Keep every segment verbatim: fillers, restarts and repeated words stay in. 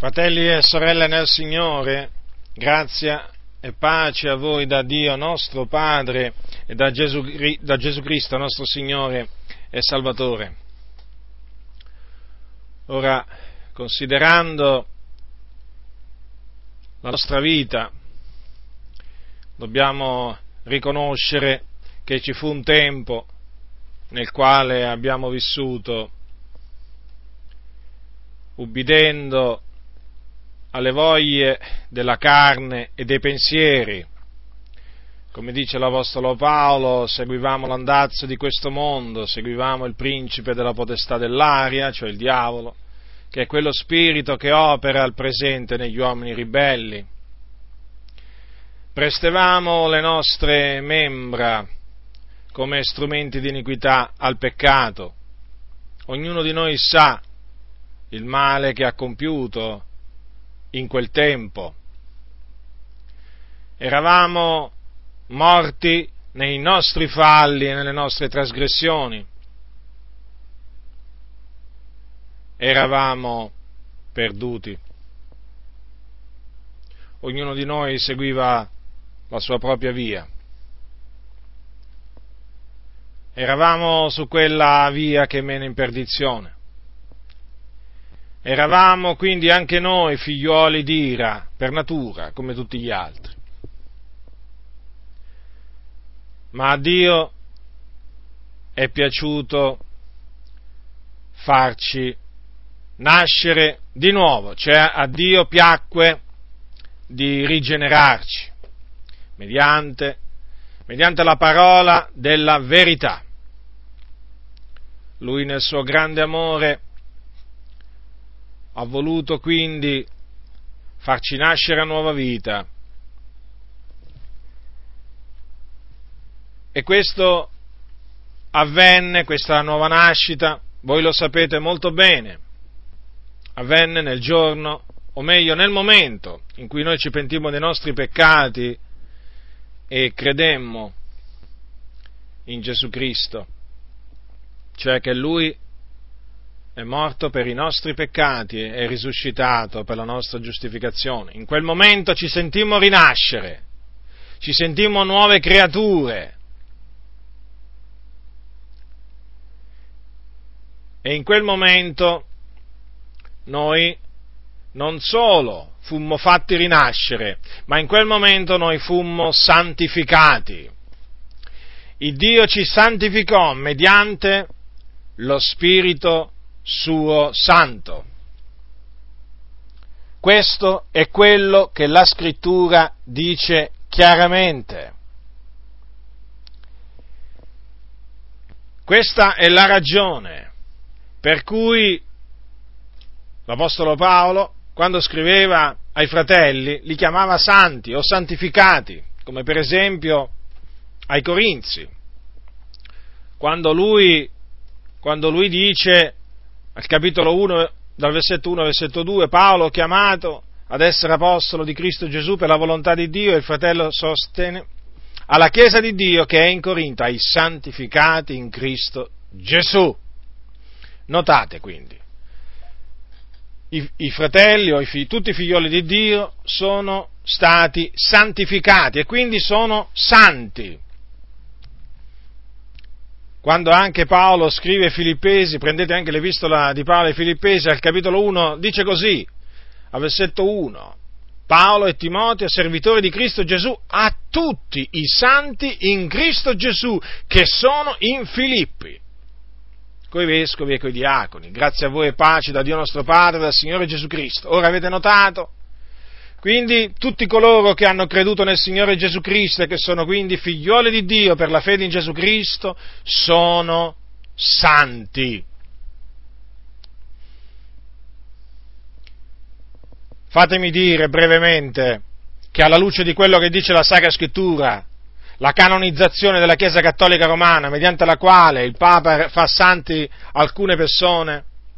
Fratelli e sorelle nel Signore, grazia e pace a voi da Dio nostro Padre e da Gesù, da Gesù Cristo nostro Signore e Salvatore. Ora, considerando la nostra vita, dobbiamo riconoscere che ci fu un tempo nel quale abbiamo vissuto ubbidendo alle voglie della carne e dei pensieri. Come dice l'Apostolo Paolo, seguivamo l'andazzo di questo mondo, seguivamo il principe della potestà dell'aria, cioè il diavolo, che è quello spirito che opera al presente negli uomini ribelli. Prestevamo le nostre membra come strumenti di iniquità al peccato. Ognuno di noi sa il male che ha compiuto in quel tempo. Eravamo morti nei nostri falli e nelle nostre trasgressioni. Eravamo perduti. Ognuno di noi seguiva la sua propria via. Eravamo su quella via che mena in perdizione. Eravamo quindi anche noi figliuoli d'ira per natura, come tutti gli altri. Ma a Dio è piaciuto farci nascere di nuovo, cioè a Dio piacque di rigenerarci mediante, mediante la parola della verità. Lui nel suo grande amore ha voluto quindi farci nascere a nuova vita. E questo avvenne, questa nuova nascita, voi lo sapete molto bene, avvenne nel giorno, o meglio nel momento in cui noi ci pentimmo dei nostri peccati e credemmo in Gesù Cristo, cioè che Lui è morto per i nostri peccati e è risuscitato per la nostra giustificazione. In quel momento ci sentimmo rinascere, ci sentimmo nuove creature. E in quel momento noi non solo fummo fatti rinascere, ma in quel momento noi fummo santificati. Il Dio ci santificò mediante lo Spirito Suo Santo. Questo è quello che la Scrittura dice chiaramente. Questa è la ragione per cui l'Apostolo Paolo, quando scriveva ai fratelli, li chiamava santi o santificati, come per esempio ai Corinzi, quando lui, quando lui dice al capitolo uno, dal versetto uno al versetto due, Paolo chiamato ad essere apostolo di Cristo Gesù per la volontà di Dio, e il fratello sostenne alla Chiesa di Dio che è in Corinto, ai santificati in Cristo Gesù. Notate quindi, i, i fratelli o i figli, tutti i figlioli di Dio sono stati santificati e quindi sono santi. Quando anche Paolo scrive ai Filippesi, prendete anche l'epistola di Paolo ai Filippesi, al capitolo uno, dice così, al versetto uno, Paolo e Timoteo, servitori di Cristo Gesù, a tutti i santi in Cristo Gesù che sono in Filippi, coi vescovi e coi diaconi, grazie a voi e pace da Dio nostro Padre e dal Signore Gesù Cristo. Ora avete notato? Quindi tutti coloro che hanno creduto nel Signore Gesù Cristo e che sono quindi figlioli di Dio per la fede in Gesù Cristo sono santi. Fatemi dire brevemente che alla luce di quello che dice la Sacra Scrittura, la canonizzazione della Chiesa Cattolica Romana, mediante la quale il Papa fa santi alcune persone,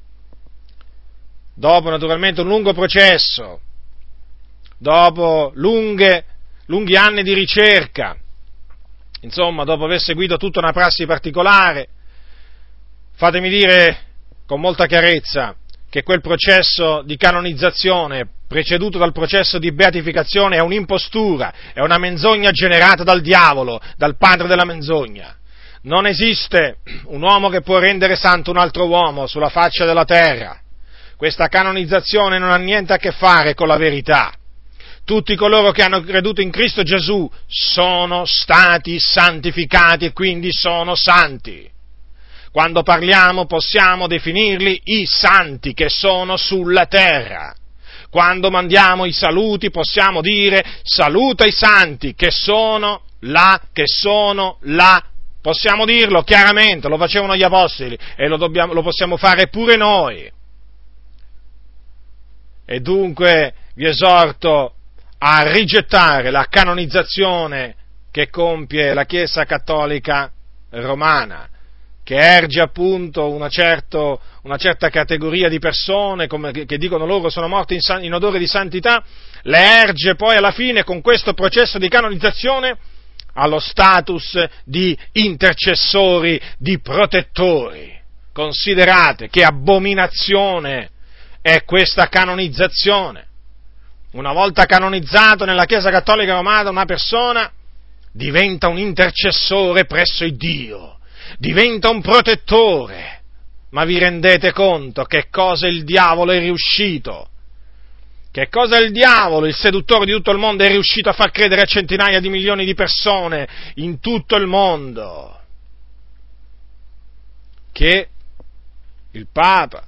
dopo naturalmente un lungo processo, dopo lunghe, lunghi anni di ricerca, insomma, dopo aver seguito tutta una prassi particolare, fatemi dire con molta chiarezza che quel processo di canonizzazione, preceduto dal processo di beatificazione, è un'impostura, è una menzogna generata dal diavolo, dal padre della menzogna. Non esiste un uomo che può rendere santo un altro uomo sulla faccia della terra. Questa canonizzazione non ha niente a che fare con la verità. Tutti coloro che hanno creduto in Cristo Gesù sono stati santificati e quindi sono santi. Quando parliamo possiamo definirli i santi che sono sulla terra. Quando mandiamo i saluti possiamo dire saluta i santi che sono là, che sono là. Possiamo dirlo chiaramente, lo facevano gli apostoli e lo, dobbiamo, lo possiamo fare pure noi. E dunque vi esorto a rigettare la canonizzazione che compie la Chiesa Cattolica Romana, che erge appunto una, certo, una certa categoria di persone come, che, che dicono loro sono morte in, in odore di santità, le erge poi alla fine con questo processo di canonizzazione allo status di intercessori, di protettori. Considerate che abominazione è questa canonizzazione. Una volta canonizzato nella Chiesa Cattolica Romana una persona diventa un intercessore presso il Dio, diventa un protettore. Ma vi rendete conto che cosa il diavolo è riuscito? Che cosa il diavolo, il seduttore di tutto il mondo, è riuscito a far credere a centinaia di milioni di persone in tutto il mondo? Che il Papa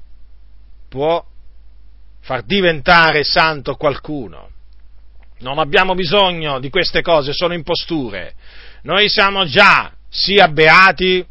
può far diventare santo qualcuno. Non abbiamo bisogno di queste cose, sono imposture. Noi siamo già sia beati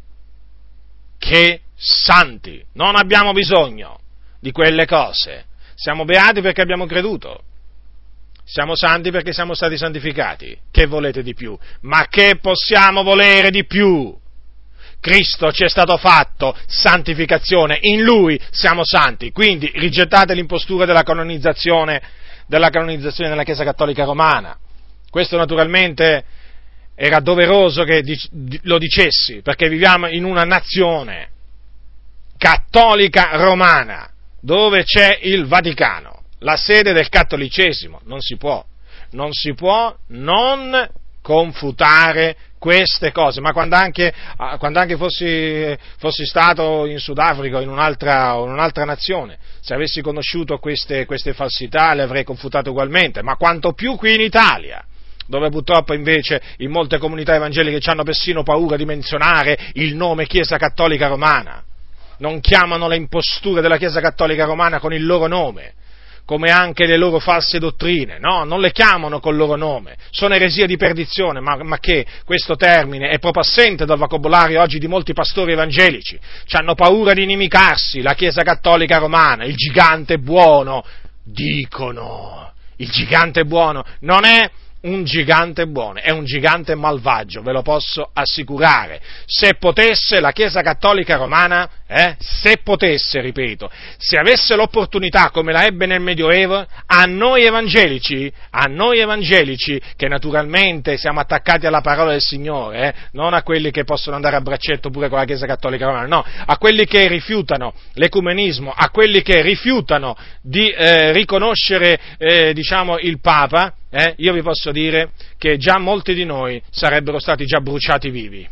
che santi, non abbiamo bisogno di quelle cose. Siamo beati perché abbiamo creduto, siamo santi perché siamo stati santificati. Che volete di più? Ma che possiamo volere di più? Cristo ci è stato fatto santificazione, in Lui siamo santi, quindi rigettate l'impostura della canonizzazione, della canonizzazione nella Chiesa Cattolica Romana. Questo naturalmente era doveroso che lo dicessi, perché viviamo in una nazione cattolica romana, dove c'è il Vaticano, la sede del cattolicesimo. Non si può, non si può non confutare queste cose. Ma quando anche, quando anche fossi, fossi stato in Sudafrica o in un'altra, o in un'altra nazione, se avessi conosciuto queste, queste falsità le avrei confutate ugualmente, ma quanto più qui in Italia, dove purtroppo invece in molte comunità evangeliche hanno persino paura di menzionare il nome Chiesa Cattolica Romana. Non chiamano le imposture della Chiesa Cattolica Romana con il loro nome, come anche le loro false dottrine, no, non le chiamano col loro nome, sono eresie di perdizione, ma, ma che questo termine è proprio assente dal vocabolario oggi di molti pastori evangelici, hanno paura di inimicarsi la Chiesa Cattolica Romana, il gigante buono, dicono, il gigante buono, non è un gigante buono, è un gigante malvagio, ve lo posso assicurare. Se potesse la Chiesa Cattolica Romana, eh, se potesse, ripeto, se avesse l'opportunità come la ebbe nel Medioevo, a noi evangelici, a noi evangelici, che naturalmente siamo attaccati alla parola del Signore, eh, non a quelli che possono andare a braccetto pure con la Chiesa Cattolica Romana, no, a quelli che rifiutano l'ecumenismo, a quelli che rifiutano di eh, riconoscere, eh, diciamo, il Papa, Eh, io vi posso dire che già molti di noi sarebbero stati già bruciati vivi,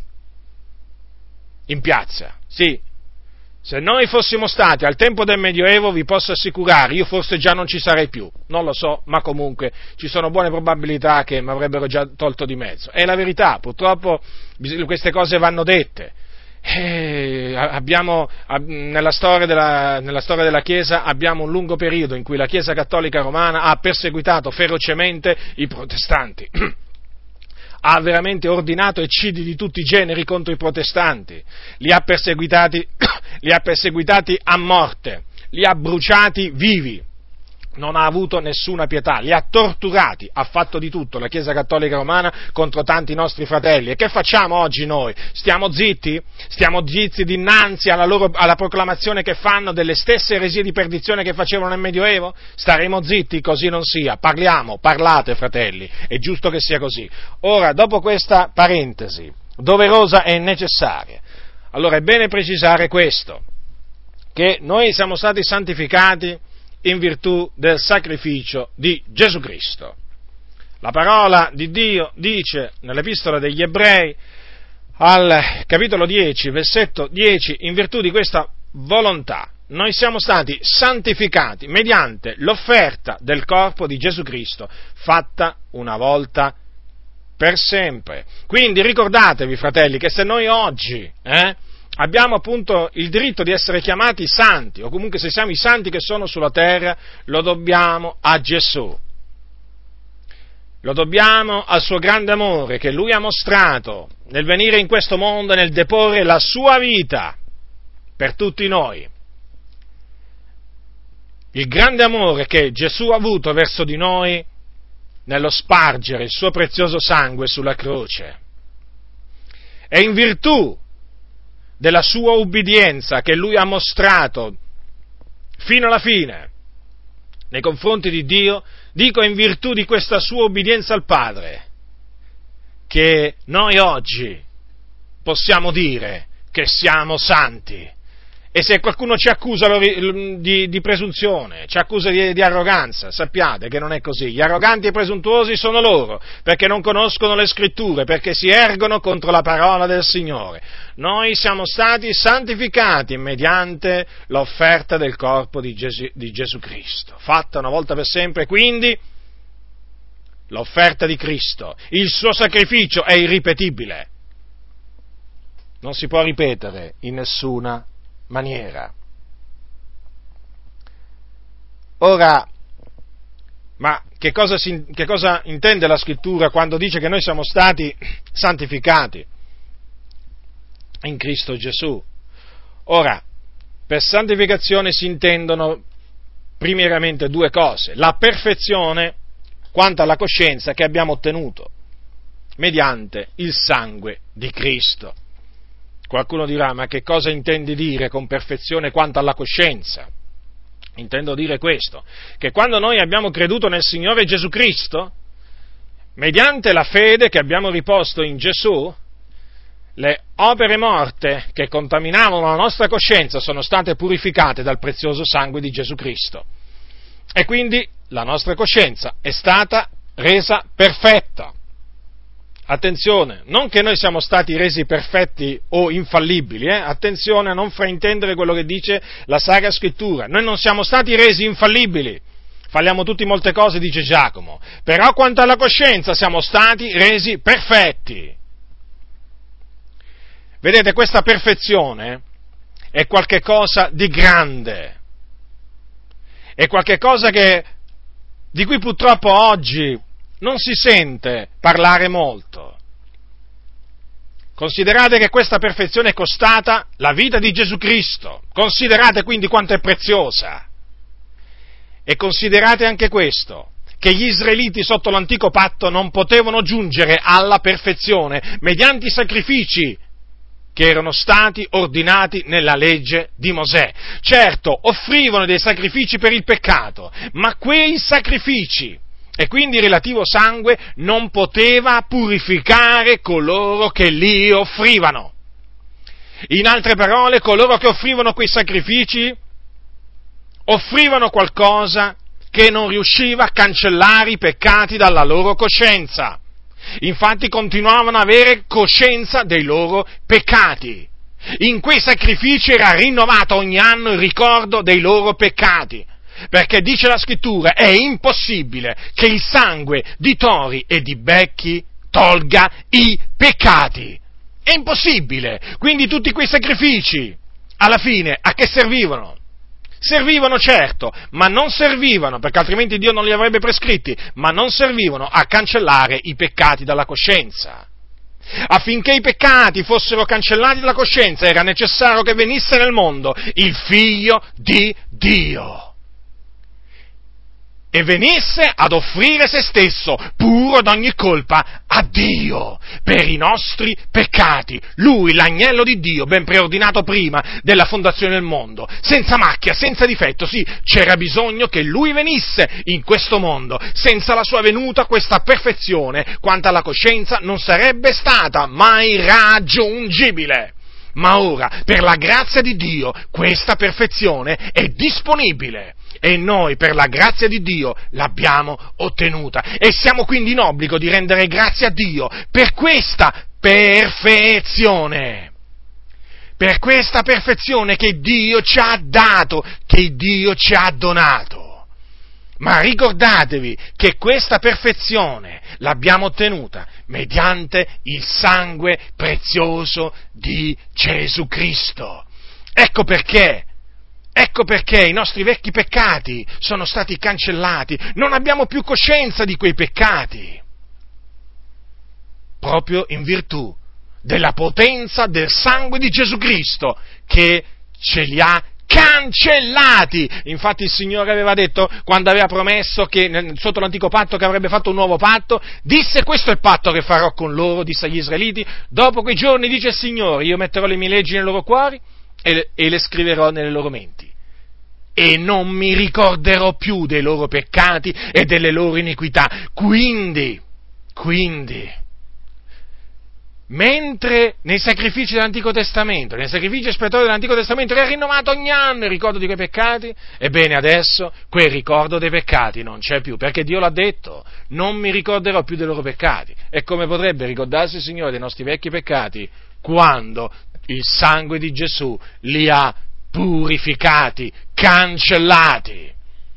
in piazza, sì. Se noi fossimo stati al tempo del Medioevo, vi posso assicurare, io forse già non ci sarei più, non lo so, ma comunque ci sono buone probabilità che mi avrebbero già tolto di mezzo. È la verità, purtroppo queste cose vanno dette. Eh, abbiamo, nella storia, della, nella storia della Chiesa abbiamo un lungo periodo in cui la Chiesa Cattolica Romana ha perseguitato ferocemente i protestanti, ha veramente ordinato eccidi di tutti i generi contro i protestanti, li ha perseguitati, li ha perseguitati a morte, li ha bruciati vivi. Non ha avuto nessuna pietà, li ha torturati, ha fatto di tutto la Chiesa Cattolica Romana contro tanti nostri fratelli. E che facciamo oggi noi? Stiamo zitti? Stiamo zitti dinanzi alla, loro, alla proclamazione che fanno delle stesse eresie di perdizione che facevano nel Medioevo? Staremo zitti? Così non sia. Parliamo, parlate, fratelli, è giusto che sia così. Ora, dopo questa parentesi, doverosa e necessaria, allora è bene precisare questo, che noi siamo stati santificati in virtù del sacrificio di Gesù Cristo. La parola di Dio dice nell'Epistola degli Ebrei, al capitolo dieci, versetto dieci, in virtù di questa volontà noi siamo stati santificati mediante l'offerta del corpo di Gesù Cristo, fatta una volta per sempre. Quindi ricordatevi, fratelli, che se noi oggi eh, abbiamo appunto il diritto di essere chiamati santi, o comunque se siamo i santi che sono sulla terra, lo dobbiamo a Gesù. Lo dobbiamo al suo grande amore che Lui ha mostrato nel venire in questo mondo e nel deporre la sua vita per tutti noi. Il grande amore che Gesù ha avuto verso di noi nello spargere il suo prezioso sangue sulla croce. È in virtù della sua ubbidienza che Lui ha mostrato fino alla fine nei confronti di Dio, dico in virtù di questa sua ubbidienza al Padre, che noi oggi possiamo dire che siamo santi. E se qualcuno ci accusa di, di presunzione, ci accusa di, di arroganza, sappiate che non è così. Gli arroganti e presuntuosi sono loro, perché non conoscono le Scritture, perché si ergono contro la parola del Signore. Noi siamo stati santificati mediante l'offerta del corpo di Gesù, di Gesù Cristo, fatta una volta per sempre, quindi l'offerta di Cristo, il suo sacrificio è irripetibile, non si può ripetere in nessuna maniera. Ora, ma che cosa, si, che cosa intende la Scrittura quando dice che noi siamo stati santificati in Cristo Gesù? Ora, per santificazione si intendono primariamente due cose: la perfezione quanto alla coscienza che abbiamo ottenuto mediante il sangue di Cristo. Qualcuno dirà, ma che cosa intendi dire con perfezione quanto alla coscienza? Intendo dire questo, che quando noi abbiamo creduto nel Signore Gesù Cristo, mediante la fede che abbiamo riposto in Gesù, le opere morte che contaminavano la nostra coscienza sono state purificate dal prezioso sangue di Gesù Cristo. E quindi la nostra coscienza è stata resa perfetta. Attenzione, non che noi siamo stati resi perfetti o infallibili, eh? Attenzione a non fraintendere quello che dice la Sacra Scrittura. Noi non siamo stati resi infallibili, falliamo tutti molte cose, dice Giacomo, però quanto alla coscienza siamo stati resi perfetti. Vedete, questa perfezione è qualche cosa di grande, è qualche cosa che, di cui purtroppo oggi non si sente parlare molto. Considerate che questa perfezione è costata la vita di Gesù Cristo, considerate quindi quanto è preziosa, e considerate anche questo, che gli israeliti sotto l'antico patto non potevano giungere alla perfezione mediante i sacrifici che erano stati ordinati nella legge di Mosè. Certo, offrivano dei sacrifici per il peccato, ma quei sacrifici e quindi il relativo sangue non poteva purificare coloro che li offrivano. In altre parole, coloro che offrivano quei sacrifici offrivano qualcosa che non riusciva a cancellare i peccati dalla loro coscienza. Infatti continuavano ad avere coscienza dei loro peccati. In quei sacrifici era rinnovato ogni anno il ricordo dei loro peccati. Perché dice la Scrittura, è impossibile che il sangue di tori e di becchi tolga i peccati. È impossibile. Quindi tutti quei sacrifici, alla fine, a che servivano? Servivano certo, ma non servivano, perché altrimenti Dio non li avrebbe prescritti, ma non servivano a cancellare i peccati dalla coscienza. Affinché i peccati fossero cancellati dalla coscienza era necessario che venisse nel mondo il Figlio di Dio. E venisse ad offrire se stesso, puro d'ogni colpa, a Dio, per i nostri peccati. Lui, l'agnello di Dio, ben preordinato prima della fondazione del mondo, senza macchia, senza difetto, sì, c'era bisogno che Lui venisse in questo mondo. Senza la sua venuta, questa perfezione, quanto alla coscienza, non sarebbe stata mai raggiungibile. ma ora, per la grazia di Dio, questa perfezione è disponibile. E noi, per la grazia di Dio, l'abbiamo ottenuta. E siamo quindi in obbligo di rendere grazie a Dio per questa perfezione. Per questa perfezione che Dio ci ha dato, che Dio ci ha donato. Ma ricordatevi che questa perfezione l'abbiamo ottenuta mediante il sangue prezioso di Gesù Cristo. Ecco perché, ecco perché i nostri vecchi peccati sono stati cancellati, non abbiamo più coscienza di quei peccati, proprio in virtù della potenza del sangue di Gesù Cristo che ce li ha cancellati. Infatti il Signore aveva detto, quando aveva promesso che sotto l'antico patto che avrebbe fatto un nuovo patto, disse: questo è il patto che farò con loro, disse agli israeliti, dopo quei giorni, dice il Signore, io metterò le mie leggi nei loro cuori e le, e le scriverò nelle loro menti, e non mi ricorderò più dei loro peccati e delle loro iniquità. Quindi, quindi mentre nei sacrifici dell'Antico Testamento, nei sacrifici espiatori dell'Antico Testamento era rinnovato ogni anno il ricordo di quei peccati, ebbene adesso quel ricordo dei peccati non c'è più, perché Dio l'ha detto, non mi ricorderò più dei loro peccati. E come potrebbe ricordarsi il Signore dei nostri vecchi peccati quando il sangue di Gesù li ha purificati, cancellati?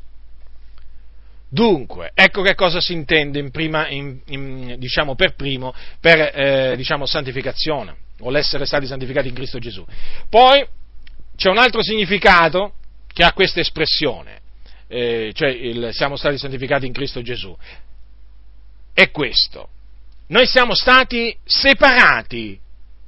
Dunque, ecco che cosa si intende in prima, in, in, diciamo per primo, per eh, diciamo santificazione, o l'essere stati santificati in Cristo Gesù. Poi c'è un altro significato che ha questa espressione, eh, cioè il, siamo stati santificati in Cristo Gesù. È questo: noi siamo stati separati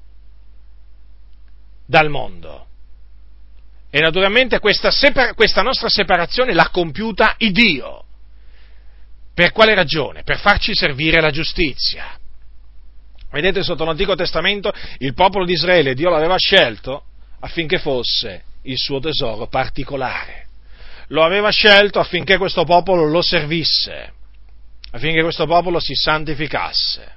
dal mondo. E naturalmente questa, separa, questa nostra separazione l'ha compiuta il Dio. Per quale ragione? Per farci servire la giustizia. Vedete, sotto l'Antico Testamento il popolo di Israele, Dio l'aveva scelto affinché fosse il suo tesoro particolare. Lo aveva scelto affinché questo popolo lo servisse, affinché questo popolo si santificasse.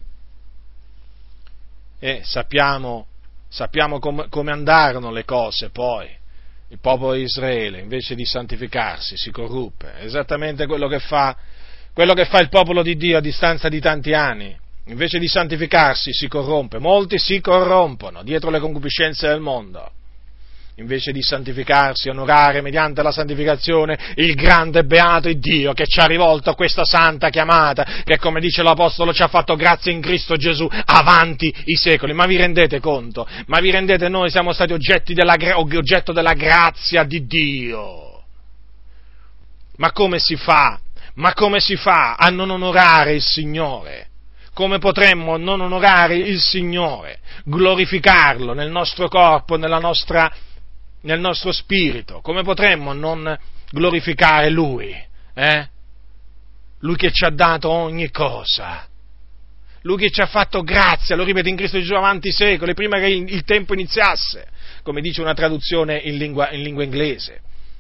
E sappiamo, sappiamo com- come andarono le cose poi. Il popolo di Israele, invece di santificarsi, si corruppe. È esattamente quello che fa Quello che fa il popolo di Dio a distanza di tanti anni, invece di santificarsi si corrompe, molti si corrompono dietro le concupiscenze del mondo, invece di santificarsi, onorare mediante la santificazione il grande beato Dio che ci ha rivolto a questa santa chiamata, che come dice l'Apostolo ci ha fatto grazia in Cristo Gesù avanti i secoli. Ma vi rendete conto? Ma vi rendete, noi siamo stati oggetti della, oggetto della grazia di Dio? Ma come si fa? Ma come si fa a non onorare il Signore? Come potremmo non onorare il Signore, glorificarlo nel nostro corpo, nella nostra, nel nostro spirito? Come potremmo non glorificare Lui? Eh? Lui che ci ha dato ogni cosa. Lui che ci ha fatto grazia, lo ripeto, in Cristo Gesù avanti i secoli, prima che il, il tempo iniziasse, come dice una traduzione in lingua, in lingua inglese.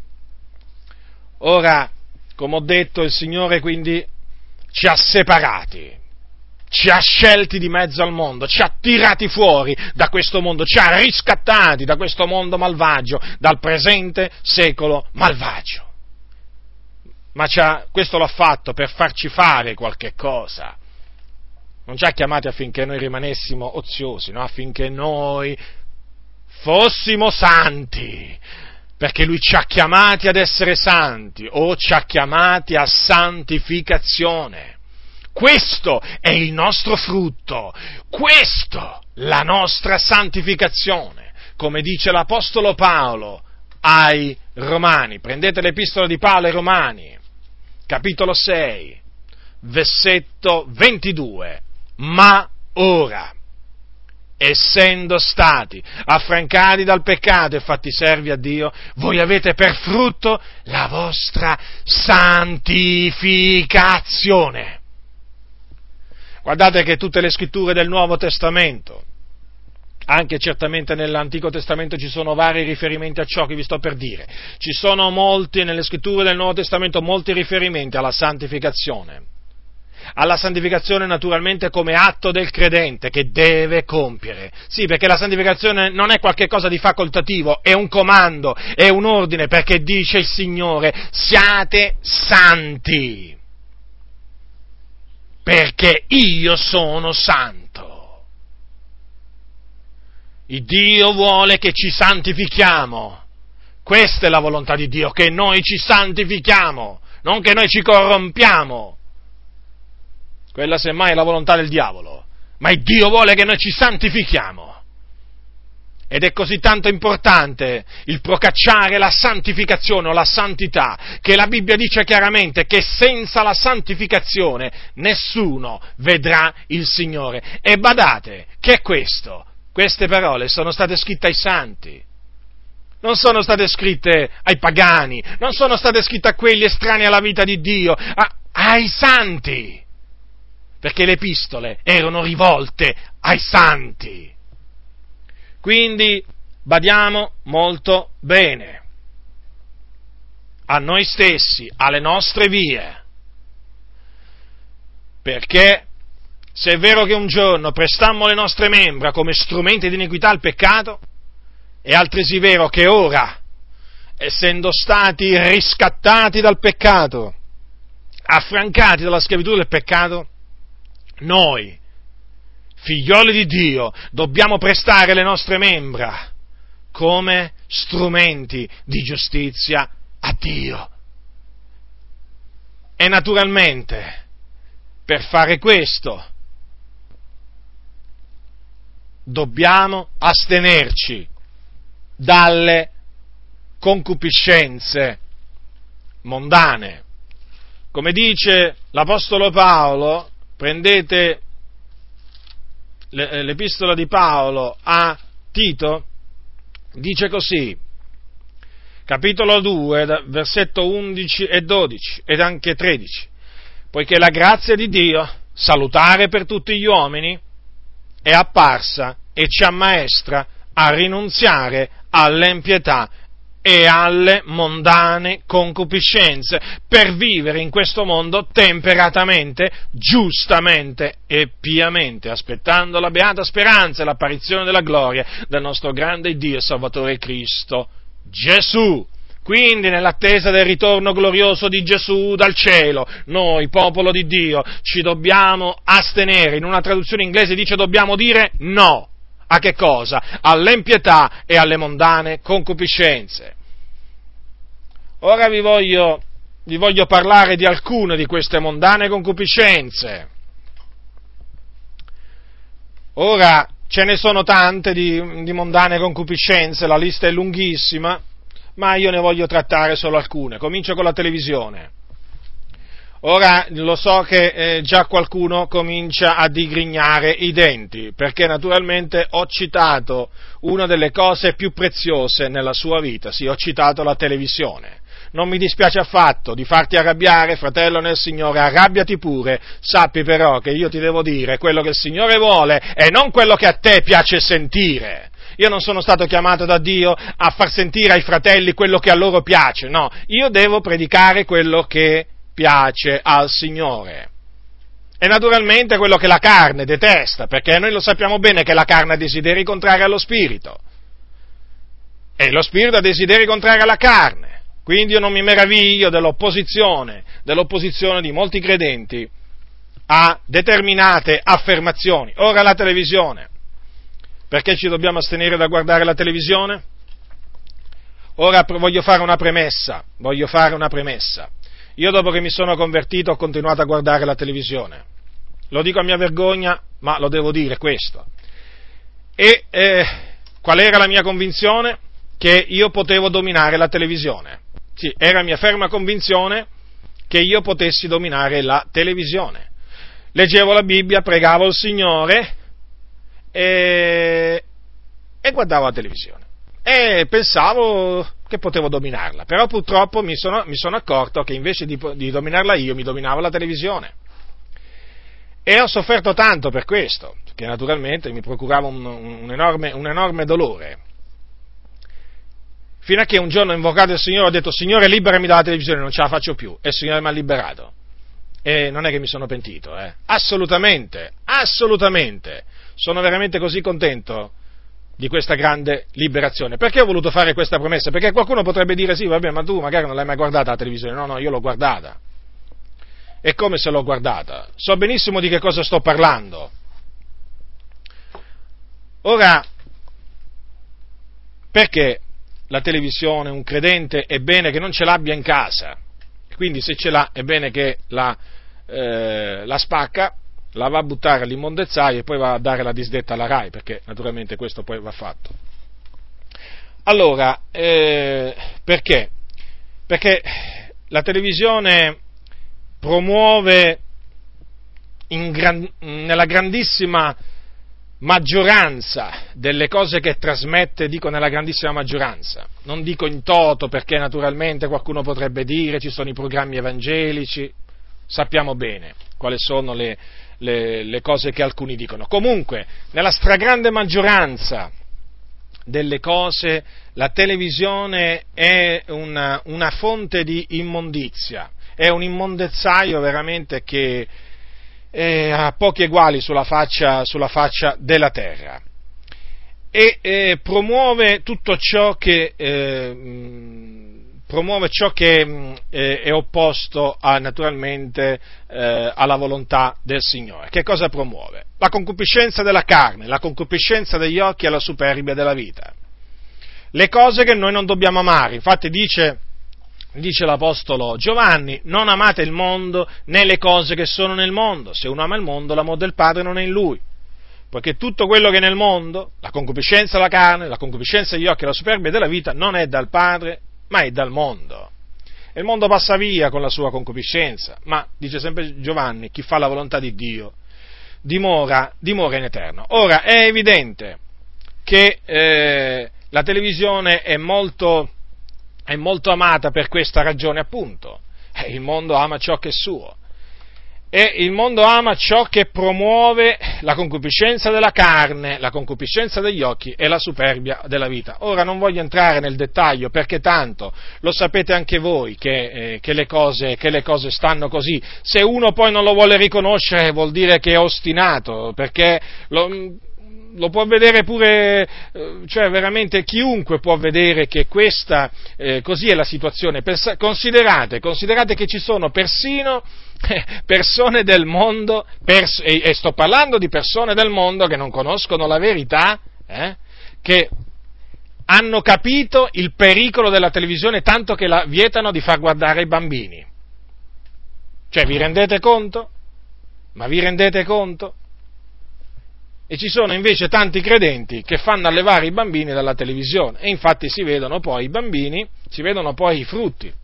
Ora, come ho detto, il Signore quindi ci ha separati, ci ha scelti di mezzo al mondo, ci ha tirati fuori da questo mondo, ci ha riscattati da questo mondo malvagio, dal presente secolo malvagio. Ma c'ha, questo l'ha fatto per farci fare qualche cosa. Non ci ha chiamati affinché noi rimanessimo oziosi, no? Affinché noi fossimo santi. Perché Lui ci ha chiamati ad essere santi, o ci ha chiamati a santificazione. Questo è il nostro frutto, questo la nostra santificazione, come dice l'Apostolo Paolo ai Romani. Prendete l'Epistola di Paolo ai Romani, capitolo sei, versetto ventidue. Ma ora, essendo stati affrancati dal peccato e fatti servi a Dio, voi avete per frutto la vostra santificazione. Guardate che tutte le scritture del Nuovo Testamento, anche certamente nell'Antico Testamento, ci sono vari riferimenti a ciò che vi sto per dire. Ci sono molti, nelle scritture del Nuovo Testamento, molti riferimenti alla santificazione. alla santificazione naturalmente come atto del credente che deve compiere. Sì, perché la santificazione non è qualche cosa di facoltativo, è un comando, è un ordine, perché dice il Signore: siate santi, perché io sono santo. Il Dio vuole che ci santifichiamo. Questa è la volontà di Dio, che noi ci santifichiamo, non che noi ci corrompiamo. Quella semmai è la volontà del diavolo, ma il Dio vuole che noi ci santifichiamo. Ed è così tanto importante il procacciare la santificazione o la santità, che la Bibbia dice chiaramente che senza la santificazione nessuno vedrà il Signore. E badate, che è questo? Queste parole sono state scritte ai santi. Non sono state scritte ai pagani, non sono state scritte a quelli estranei alla vita di Dio, a, ai santi, perché le epistole erano rivolte ai santi. Quindi badiamo molto bene a noi stessi, alle nostre vie, perché se è vero che un giorno prestammo le nostre membra come strumenti di iniquità al peccato, è altresì vero che ora, essendo stati riscattati dal peccato, affrancati dalla schiavitù del peccato, noi, figlioli di Dio, dobbiamo prestare le nostre membra come strumenti di giustizia a Dio. E naturalmente, per fare questo, dobbiamo astenerci dalle concupiscenze mondane. Come dice l'Apostolo Paolo, prendete l'Epistola di Paolo a Tito, dice così, capitolo due, versetto undici e dodici, ed anche tredici, poiché la grazia di Dio, salutare per tutti gli uomini, è apparsa e ci ammaestra a rinunziare all'empietà e alle mondane concupiscenze, per vivere in questo mondo temperatamente, giustamente e piamente, aspettando la beata speranza e l'apparizione della gloria del nostro grande Dio e Salvatore Cristo Gesù. Quindi, nell'attesa del ritorno glorioso di Gesù dal cielo, noi, popolo di Dio, ci dobbiamo astenere. In una traduzione inglese dice dobbiamo dire no. A che cosa? All'empietà e alle mondane concupiscenze. Ora vi voglio, vi voglio parlare di alcune di queste mondane concupiscenze. Ora, ce ne sono tante di, di mondane concupiscenze, la lista è lunghissima, ma io ne voglio trattare solo alcune. Comincio con la televisione. Ora lo so che eh, già qualcuno comincia a digrignare i denti, perché naturalmente ho citato una delle cose più preziose nella sua vita, sì, ho citato la televisione. Non mi dispiace affatto di farti arrabbiare, fratello nel Signore, arrabbiati pure, sappi però che io ti devo dire quello che il Signore vuole e non quello che a te piace sentire. Io non sono stato chiamato da Dio a far sentire ai fratelli quello che a loro piace, no, io devo predicare quello che piace al Signore. E naturalmente quello che la carne detesta, perché noi lo sappiamo bene che la carne ha desideri contrari allo spirito, e lo spirito ha desideri contrari alla carne. Quindi io non mi meraviglio dell'opposizione, dell'opposizione di molti credenti a determinate affermazioni. Ora la televisione. Perché ci dobbiamo astenere da guardare la televisione? Ora voglio fare una premessa, voglio fare una premessa. Io dopo che mi sono convertito ho continuato a guardare la televisione. Lo dico a mia vergogna, ma lo devo dire questo. E eh, qual era la mia convinzione? Che io potevo dominare la televisione. Sì, era mia ferma convinzione che io potessi dominare la televisione. Leggevo la Bibbia, pregavo il Signore e, e guardavo la televisione. E pensavo che potevo dominarla, però purtroppo mi sono, mi sono accorto che invece di, di dominarla io, mi dominavo la televisione. E ho sofferto tanto per questo, che naturalmente mi procurava un, un, enorme, un enorme dolore. Fino a che un giorno ho invocato il Signore, ho detto: Signore, liberami dalla televisione, non ce la faccio più. E il Signore mi ha liberato. e non è che mi sono pentito, eh. assolutamente, assolutamente, sono veramente così contento di questa grande liberazione. Perché ho voluto fare questa promessa? Perché qualcuno potrebbe dire, sì, vabbè, ma tu magari non l'hai mai guardata la televisione. No, no, io l'ho guardata. E come se l'ho guardata? So benissimo di che cosa sto parlando. Ora, perché la televisione, un credente, è bene che non ce l'abbia in casa? Quindi se ce l'ha, è bene che la, eh, la spacca, la va a buttare all'immondezzaio e poi va a dare la disdetta alla RAI, perché naturalmente questo poi va fatto. Allora, eh, perché? Perché la televisione promuove in gran, nella grandissima maggioranza delle cose che trasmette, dico nella grandissima maggioranza, non dico in toto, perché naturalmente qualcuno potrebbe dire ci sono i programmi evangelici, sappiamo bene quali sono le, le, le cose che alcuni dicono. Comunque, nella stragrande maggioranza delle cose la televisione è una, una fonte di immondizia, è un immondezzaio veramente che eh, ha pochi eguali sulla faccia, sulla faccia della terra, e eh, promuove tutto ciò che eh, mh, promuove ciò che mh, è opposto a, naturalmente eh, alla volontà del Signore. Che cosa promuove? La concupiscenza della carne, la concupiscenza degli occhi e la superbia della vita. Le cose che noi non dobbiamo amare. Infatti dice, dice l'Apostolo Giovanni, non amate il mondo né le cose che sono nel mondo. Se uno ama il mondo, l'amore del Padre non è in lui. Poiché tutto quello che è nel mondo, la concupiscenza della carne, la concupiscenza degli occhi e la superbia della vita, non è dal Padre, ma è dal mondo. E il mondo passa via con la sua concupiscenza, ma, dice sempre Giovanni, chi fa la volontà di Dio dimora, dimora in eterno. Ora, è evidente che eh, la televisione è molto, è molto amata per questa ragione, appunto. Eh, il mondo ama ciò che è suo. E il mondo ama ciò che promuove la concupiscenza della carne, la concupiscenza degli occhi e la superbia della vita. Ora non voglio entrare nel dettaglio, perché tanto lo sapete anche voi che, eh, che, le cose, che le cose stanno così. Se uno poi non lo vuole riconoscere vuol dire che è ostinato, perché lo, lo può vedere pure, cioè veramente chiunque può vedere che questa, eh, così è la situazione. Pers- considerate, considerate che ci sono persino persone del mondo, pers- e, e sto parlando di persone del mondo che non conoscono la verità, eh, che hanno capito il pericolo della televisione tanto che la vietano di far guardare i bambini. Cioè, vi rendete conto? Ma vi rendete conto? E ci sono invece tanti credenti che fanno allevare i bambini dalla televisione, e infatti si vedono poi i bambini, si vedono poi i frutti.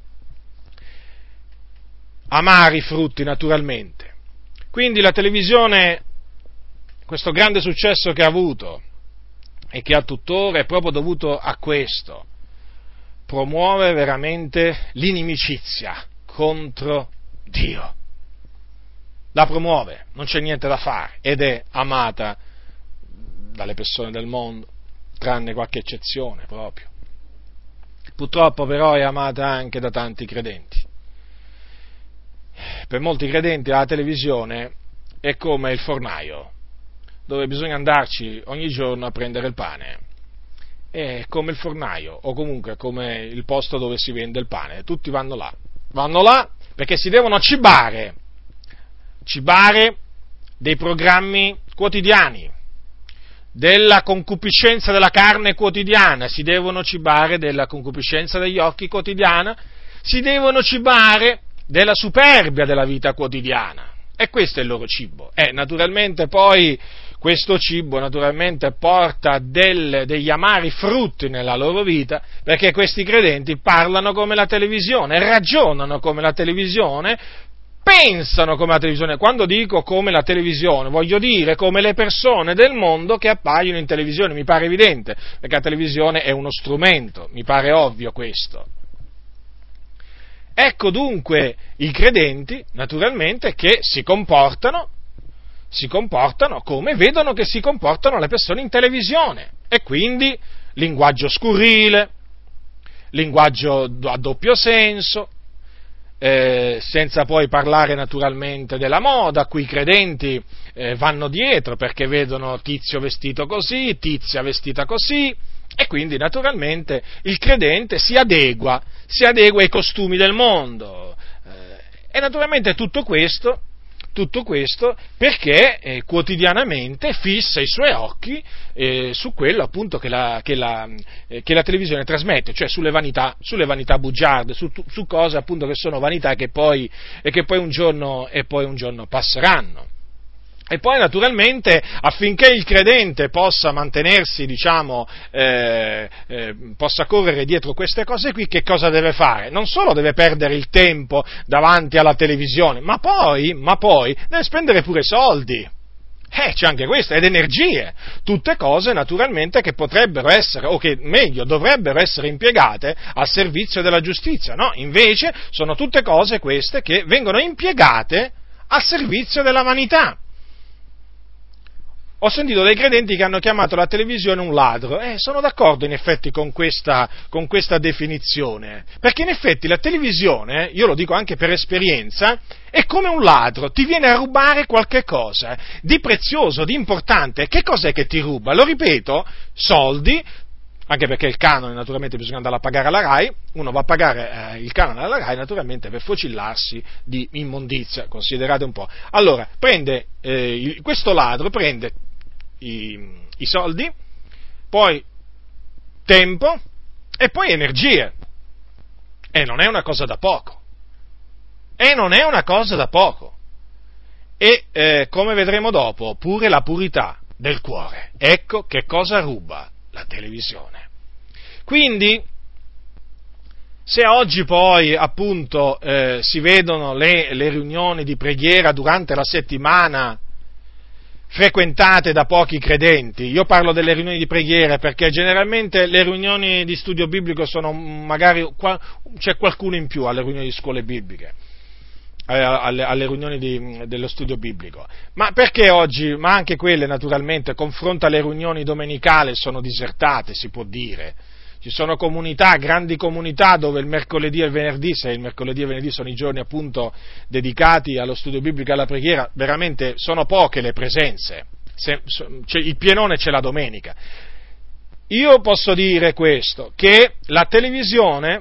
Amari frutti, naturalmente. Quindi la televisione, questo grande successo che ha avuto e che ha tuttora, è proprio dovuto a questo. Promuove veramente l'inimicizia contro Dio. La promuove, non c'è niente da fare, ed è amata dalle persone del mondo, tranne qualche eccezione proprio. Purtroppo però è amata anche da tanti credenti. Per molti credenti la televisione è come il fornaio, dove bisogna andarci ogni giorno a prendere il pane. È come il fornaio, o comunque come il posto dove si vende il pane. Tutti vanno là, vanno là perché si devono cibare, cibare dei programmi quotidiani, della concupiscenza della carne quotidiana, si devono cibare della concupiscenza degli occhi quotidiana, si devono cibare della superbia della vita quotidiana, e questo è il loro cibo. E naturalmente poi questo cibo naturalmente porta del, degli amari frutti nella loro vita, perché questi credenti parlano come la televisione, ragionano come la televisione, pensano come la televisione. Quando dico come la televisione, voglio dire come le persone del mondo che appaiono in televisione, mi pare evidente, perché la televisione è uno strumento, mi pare ovvio questo. Ecco dunque i credenti, naturalmente, che si comportano, si comportano come vedono che si comportano le persone in televisione, e quindi linguaggio scurrile, linguaggio a doppio senso, eh, senza poi parlare naturalmente della moda a cui i credenti eh, vanno dietro perché vedono tizio vestito così, tizia vestita così, e quindi naturalmente il credente si adegua, si adegua ai costumi del mondo, eh, e naturalmente tutto questo Tutto questo perché eh, quotidianamente fissa i suoi occhi eh, su quello appunto che la, che, la, eh, che la televisione trasmette, cioè sulle vanità, sulle vanità bugiarde, su, su cose appunto che sono vanità e che poi, e che poi un giorno, e poi un giorno passeranno. E poi naturalmente affinché il credente possa mantenersi, diciamo, eh, eh, possa correre dietro queste cose qui, che cosa deve fare? Non solo deve perdere il tempo davanti alla televisione, ma poi, ma poi deve spendere pure soldi. Eh, c'è anche questo, ed energie, tutte cose naturalmente che potrebbero essere, o che meglio, dovrebbero essere impiegate al servizio della giustizia, no? Invece sono tutte cose queste che vengono impiegate al servizio della vanità. Ho sentito dei credenti che hanno chiamato la televisione un ladro, eh, sono d'accordo in effetti con questa, con questa definizione, perché in effetti la televisione, io lo dico anche per esperienza, è come un ladro, ti viene a rubare qualche cosa di prezioso, di importante. Che cos'è che ti ruba? Lo ripeto, soldi, anche perché il canone naturalmente bisogna andare a pagare alla RAI, uno va a pagare eh, il canone alla RAI naturalmente per focillarsi di immondizia, considerate un po'. Allora, prende, eh, il, questo ladro prende i, i soldi, poi tempo e poi energie, e non è una cosa da poco, e non è una cosa da poco, e eh, come vedremo dopo, pure la purità del cuore, ecco che cosa ruba la televisione. Quindi, se oggi poi appunto eh, si vedono le, le riunioni di preghiera durante la settimana frequentate da pochi credenti, io parlo delle riunioni di preghiera perché generalmente le riunioni di studio biblico sono magari, c'è qualcuno in più alle riunioni di scuole bibliche, Alle, alle riunioni di, dello studio biblico, ma perché oggi, ma anche quelle naturalmente, confronto alle riunioni domenicali sono disertate, si può dire. Ci sono comunità, grandi comunità dove il mercoledì e il venerdì, se il mercoledì e il venerdì sono i giorni appunto dedicati allo studio biblico e alla preghiera, veramente sono poche le presenze, se, cioè, il pienone c'è la domenica. Io posso dire questo, che la televisione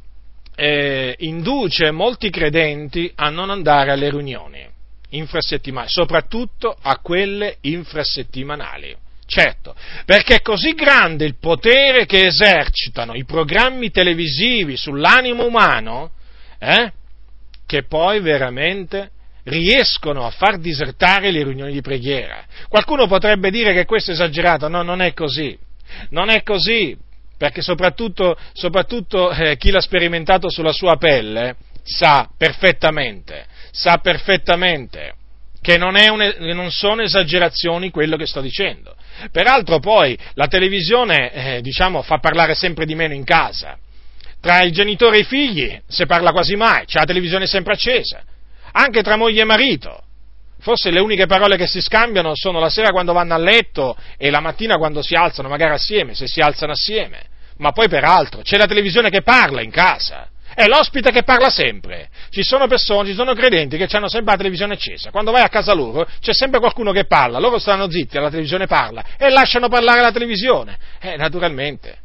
Eh, induce molti credenti a non andare alle riunioni infrasettimanali, soprattutto a quelle infrasettimanali. Certo, perché è così grande il potere che esercitano i programmi televisivi sull'animo umano, eh, che poi veramente riescono a far disertare le riunioni di preghiera. Qualcuno potrebbe dire che questo è esagerato, no, non è così, non è così. Perché soprattutto, soprattutto eh, chi l'ha sperimentato sulla sua pelle sa perfettamente, sa perfettamente che non, è un, non sono esagerazioni quello che sto dicendo. Peraltro poi la televisione eh, diciamo, fa parlare sempre di meno in casa. Tra il genitore e i figli si parla quasi mai, c'è la televisione sempre accesa, anche tra moglie e marito. Forse le uniche parole che si scambiano sono la sera quando vanno a letto e la mattina quando si alzano, magari assieme, se si alzano assieme. Ma poi peraltro c'è la televisione che parla in casa, è l'ospite che parla sempre. Ci sono persone, ci sono credenti che hanno sempre la televisione accesa. Quando vai a casa loro c'è sempre qualcuno che parla, loro stanno zitti, la televisione parla e lasciano parlare la televisione. Eh, naturalmente.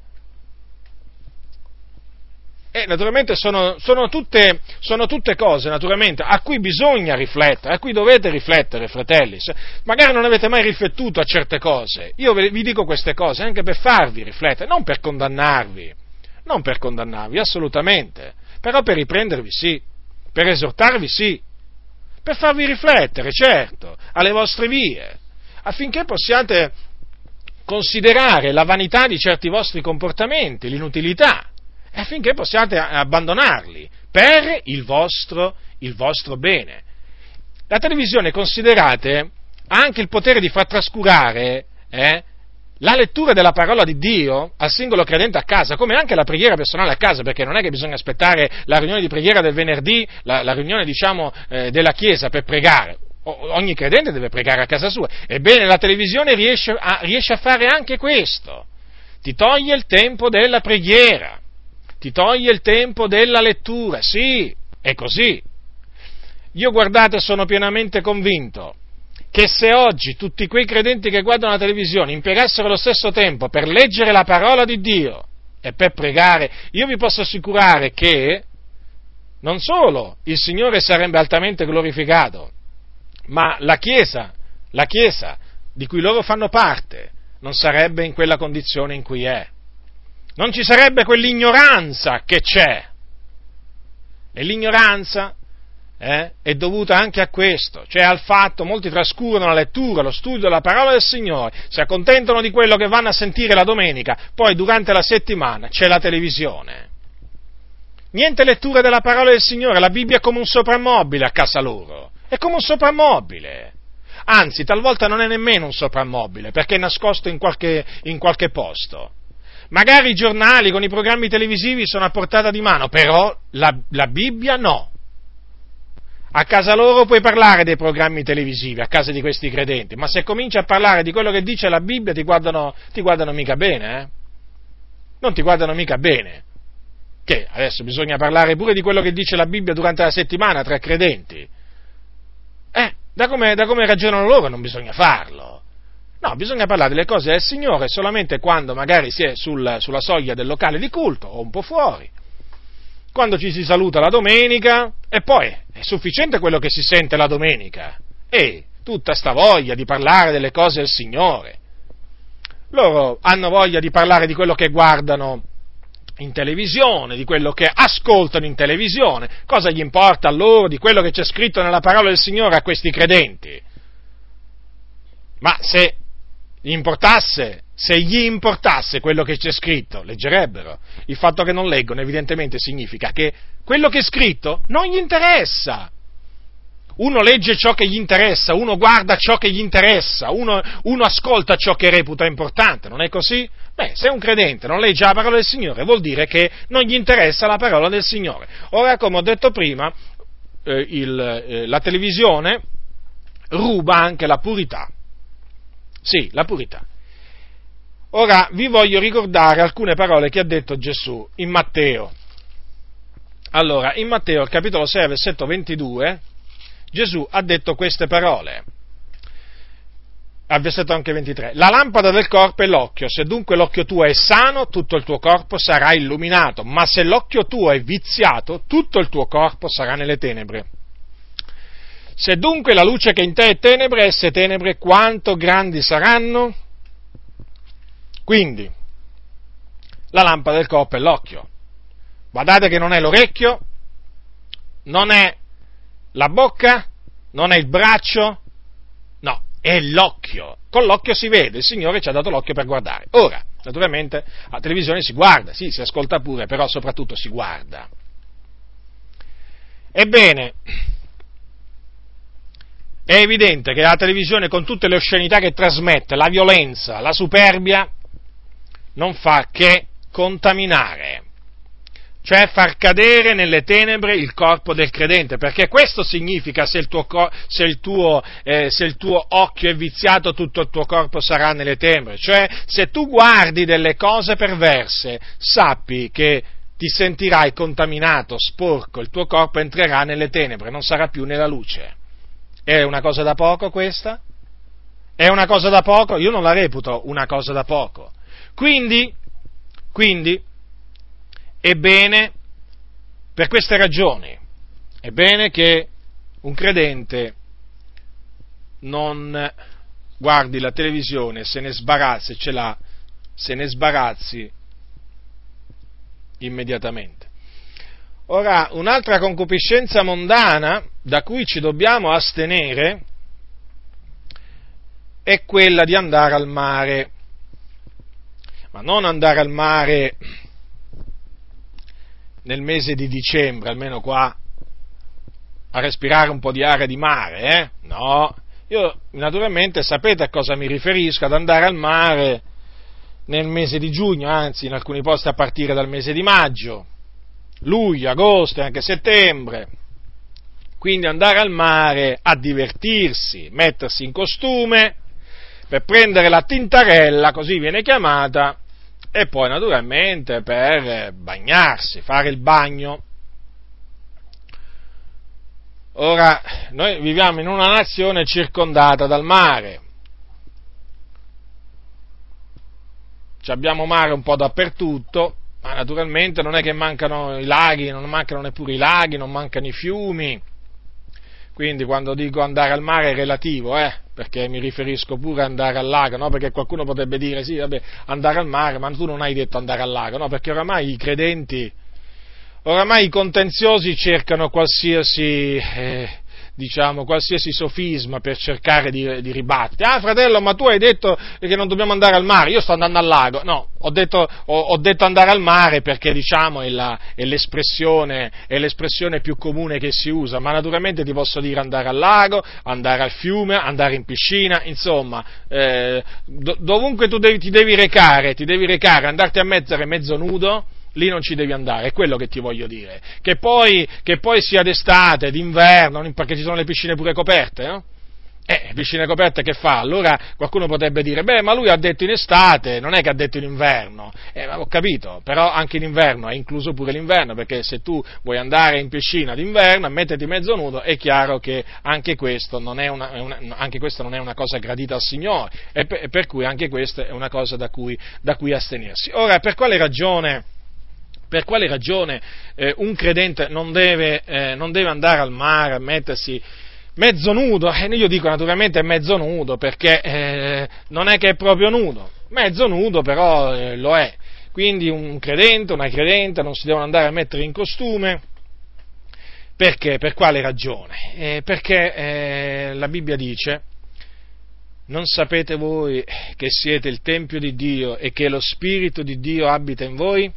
E naturalmente sono, sono, tutte, sono tutte cose naturalmente a cui bisogna riflettere, a cui dovete riflettere, fratelli. Se magari non avete mai riflettuto a certe cose, io vi dico queste cose anche per farvi riflettere, non per condannarvi, non per condannarvi assolutamente, però per riprendervi sì, per esortarvi sì, per farvi riflettere, certo, alle vostre vie, affinché possiate considerare la vanità di certi vostri comportamenti, l'inutilità, affinché possiate abbandonarli per il vostro, il vostro bene. La televisione, considerate, ha anche il potere di far trascurare eh, la lettura della parola di Dio al singolo credente a casa, come anche la preghiera personale a casa, perché non è che bisogna aspettare la riunione di preghiera del venerdì, la, la riunione diciamo eh, della Chiesa per pregare. O, ogni credente deve pregare a casa sua. Ebbene, la televisione riesce a, riesce a fare anche questo, ti toglie il tempo della preghiera, ti toglie il tempo della lettura, sì, è così. Io, guardate, sono pienamente convinto che se oggi tutti quei credenti che guardano la televisione impiegassero lo stesso tempo per leggere la parola di Dio e per pregare, io vi posso assicurare che non solo il Signore sarebbe altamente glorificato, ma la Chiesa, la Chiesa di cui loro fanno parte, non sarebbe in quella condizione in cui è. Non ci sarebbe quell'ignoranza che c'è. E l'ignoranza eh, è dovuta anche a questo, cioè al fatto, molti trascurano la lettura, lo studio della parola del Signore, si accontentano di quello che vanno a sentire la domenica, poi durante la settimana c'è la televisione. Niente lettura della parola del Signore, la Bibbia è come un soprammobile a casa loro, è come un soprammobile. Anzi, talvolta non è nemmeno un soprammobile, perché è nascosto in qualche, in qualche posto. Magari i giornali con i programmi televisivi sono a portata di mano, però la, la Bibbia no. A casa loro puoi parlare dei programmi televisivi, a casa di questi credenti, ma se cominci a parlare di quello che dice la Bibbia ti guardano, ti guardano mica bene, eh? Non ti guardano mica bene. Che adesso bisogna parlare pure di quello che dice la Bibbia durante la settimana tra credenti. Eh, da come, da come ragionano loro non bisogna farlo. No, bisogna parlare delle cose del Signore solamente quando magari si è sul, sulla soglia del locale di culto o un po' fuori, quando ci si saluta la domenica, e poi è sufficiente quello che si sente la domenica, e tutta sta voglia di parlare delle cose del Signore. Loro hanno voglia di parlare di quello che guardano in televisione, di quello che ascoltano in televisione, cosa gli importa a loro di quello che c'è scritto nella parola del Signore a questi credenti? Ma se gli importasse, se gli importasse quello che c'è scritto, leggerebbero. Il fatto che non leggono evidentemente significa che quello che è scritto non gli interessa. Uno legge ciò che gli interessa, uno guarda ciò che gli interessa, uno, uno ascolta ciò che reputa importante, non è così? Beh, se un credente non legge la parola del Signore vuol dire che non gli interessa la parola del Signore. Ora, come ho detto prima, eh, il, eh, la televisione ruba anche la purità. Sì, la purità. Ora vi voglio ricordare alcune parole che ha detto Gesù in Matteo. Allora, in Matteo, al capitolo sei, versetto ventidue, Gesù ha detto queste parole, al versetto anche ventitré: la lampada del corpo è l'occhio, se dunque l'occhio tuo è sano, tutto il tuo corpo sarà illuminato, ma se l'occhio tuo è viziato, tutto il tuo corpo sarà nelle tenebre. Se dunque la luce che in te è tenebre, esse tenebre quanto grandi saranno? Quindi, la lampada del corpo è l'occhio. Guardate che non è l'orecchio, non è la bocca, non è il braccio, no, è l'occhio. Con l'occhio si vede, il Signore ci ha dato l'occhio per guardare. Ora, naturalmente, la televisione si guarda, sì, si ascolta pure, però soprattutto si guarda. Ebbene, è evidente che la televisione, con tutte le oscenità che trasmette, la violenza, la superbia, non fa che contaminare, cioè far cadere nelle tenebre il corpo del credente, perché questo significa: se il tuo, se il tuo, eh, se il tuo occhio è viziato, tutto il tuo corpo sarà nelle tenebre, cioè se tu guardi delle cose perverse, sappi che ti sentirai contaminato, sporco, il tuo corpo entrerà nelle tenebre, non sarà più nella luce. È una cosa da poco questa? È una cosa da poco? Io non la reputo una cosa da poco. Quindi, quindi, è bene, per queste ragioni, è bene che un credente non guardi la televisione, se ne sbarazzi, ce l'ha, se ne sbarazzi immediatamente. Ora, un'altra concupiscenza mondana da cui ci dobbiamo astenere è quella di andare al mare, ma non andare al mare nel mese di dicembre, almeno qua, a respirare un po' di aria di mare, eh? No, io naturalmente sapete a cosa mi riferisco, ad andare al mare nel mese di giugno, anzi in alcuni posti a partire dal mese di maggio, luglio, agosto e anche settembre. Quindi andare al mare a divertirsi, mettersi in costume, per prendere la tintarella, così viene chiamata, e poi naturalmente per bagnarsi, fare il bagno. Ora, noi viviamo in una nazione circondata dal mare. Ci abbiamo mare un po' dappertutto, ma naturalmente non è che mancano i laghi, non mancano neppure i laghi, non mancano i fiumi. Quindi quando dico andare al mare è relativo, eh, perché mi riferisco pure a andare al lago, no? Perché qualcuno potrebbe dire, sì, vabbè, andare al mare, ma tu non hai detto andare al lago, no? Perché oramai i credenti, oramai i contenziosi cercano qualsiasi, eh, diciamo, qualsiasi sofisma per cercare di, di ribattere. Ah, fratello, ma tu hai detto che non dobbiamo andare al mare, io sto andando al lago. No, ho detto, ho, ho detto andare al mare perché, diciamo, è, la, è, l'espressione, è l'espressione più comune che si usa, ma naturalmente ti posso dire andare al lago, andare al fiume, andare in piscina, insomma, eh, do, dovunque tu devi, ti devi recare, ti devi recare, andarti a mettere mezzo nudo, lì non ci devi andare, è quello che ti voglio dire. Che poi, che poi sia d'estate, d'inverno, perché ci sono le piscine pure coperte, no? Eh, piscine coperte che fa? Allora qualcuno potrebbe dire, beh, ma lui ha detto in estate, non è che ha detto in inverno. Eh, ho capito, però anche in inverno è incluso pure l'inverno, perché se tu vuoi andare in piscina d'inverno e metterti mezzo nudo, è chiaro che anche questo non è una, è una, anche questo non è una cosa gradita al Signore, e per, per cui anche questa è una cosa da cui, da cui astenersi. Ora, per quale ragione... Per quale ragione eh, un credente non deve, eh, non deve andare al mare a mettersi mezzo nudo? E io dico naturalmente mezzo nudo perché eh, non è che è proprio nudo, mezzo nudo però eh, lo è. Quindi un credente, una credente non si devono andare a mettere in costume. Perché? Per quale ragione? Eh, perché eh, la Bibbia dice: non sapete voi che siete il Tempio di Dio e che lo Spirito di Dio abita in voi?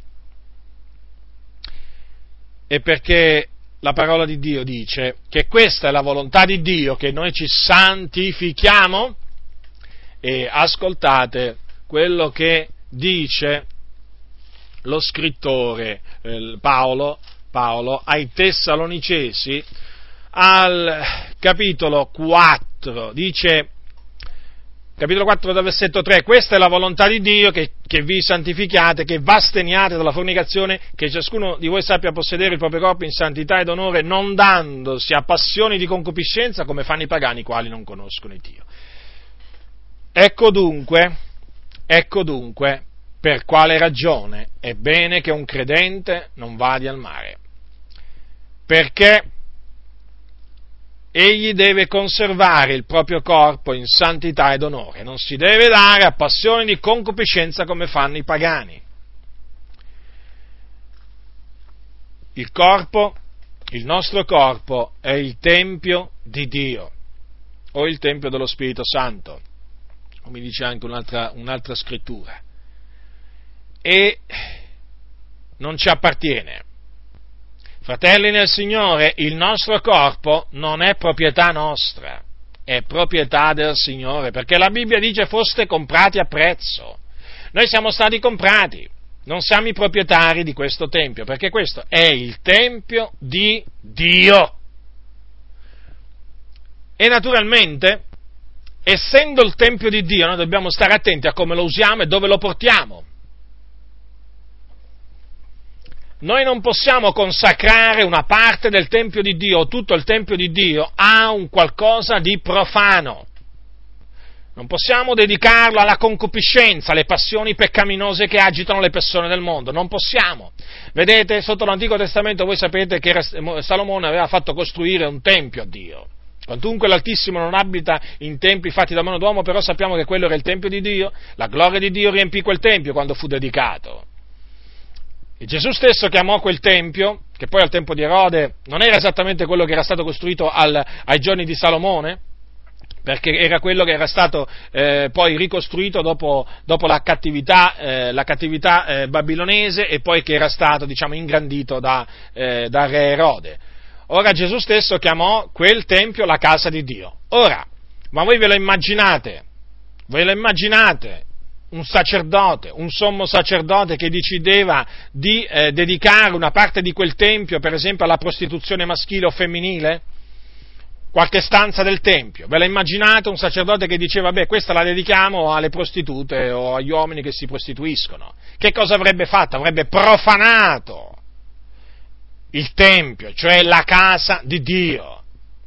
E perché la parola di Dio dice che questa è la volontà di Dio, che noi ci santifichiamo. E ascoltate quello che dice lo scrittore eh, Paolo, Paolo ai Tessalonicesi al capitolo quattro, dice, capitolo quattro dal versetto tre, questa è la volontà di Dio, che, che vi santifichiate, che v'asteniate dalla fornicazione, che ciascuno di voi sappia possedere il proprio corpo in santità ed onore, non dandosi a passioni di concupiscenza come fanno i pagani, i quali non conoscono il Dio. Ecco dunque, ecco dunque, per quale ragione è bene che un credente non vada al mare. Perché egli deve conservare il proprio corpo in santità ed onore, non si deve dare a passioni di concupiscenza come fanno i pagani. Il corpo, il nostro corpo è il Tempio di Dio, o il Tempio dello Spirito Santo, come dice anche un'altra, un'altra scrittura, e non ci appartiene. Fratelli nel Signore, il nostro corpo non è proprietà nostra, è proprietà del Signore, perché la Bibbia dice foste comprati a prezzo. Noi siamo stati comprati, non siamo i proprietari di questo Tempio, perché questo è il Tempio di Dio. E naturalmente, essendo il Tempio di Dio, noi dobbiamo stare attenti a come lo usiamo e dove lo portiamo. Noi non possiamo consacrare una parte del Tempio di Dio o tutto il Tempio di Dio a un qualcosa di profano. Non possiamo dedicarlo alla concupiscenza, alle passioni peccaminose che agitano le persone del mondo. Non possiamo. Vedete, sotto l'Antico Testamento voi sapete che Salomone aveva fatto costruire un tempio a Dio. Quantunque l'Altissimo non abita in tempi fatti da mano d'uomo, però sappiamo che quello era il Tempio di Dio. La gloria di Dio riempì quel Tempio quando fu dedicato. E Gesù stesso chiamò quel tempio, che poi al tempo di Erode non era esattamente quello che era stato costruito al, ai giorni di Salomone, perché era quello che era stato eh, poi ricostruito dopo, dopo la cattività, eh, la cattività eh, babilonese, e poi che era stato, diciamo, ingrandito da, eh, da re Erode. Ora Gesù stesso chiamò quel tempio la casa di Dio. Ora, ma voi ve lo immaginate? Ve lo immaginate? Un sacerdote, un sommo sacerdote che decideva di eh, dedicare una parte di quel tempio, per esempio, alla prostituzione maschile o femminile? Qualche stanza del tempio. Ve la immaginate un sacerdote che diceva, beh, questa la dedichiamo alle prostitute o agli uomini che si prostituiscono? Che cosa avrebbe fatto? Avrebbe profanato il tempio, cioè la casa di Dio.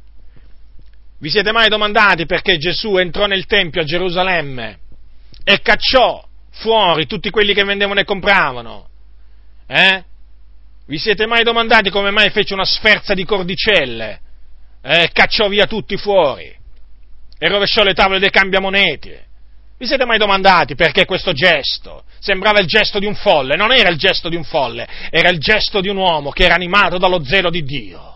Vi siete mai domandati perché Gesù entrò nel Tempio a Gerusalemme e cacciò fuori tutti quelli che vendevano e compravano? Eh? Vi siete mai domandati come mai fece una sferza di cordicelle? Eh, cacciò via tutti fuori e rovesciò le tavole dei cambiamonete. Vi siete mai domandati perché questo gesto? Sembrava il gesto di un folle, non era il gesto di un folle, era il gesto di un uomo che era animato dallo zelo di Dio.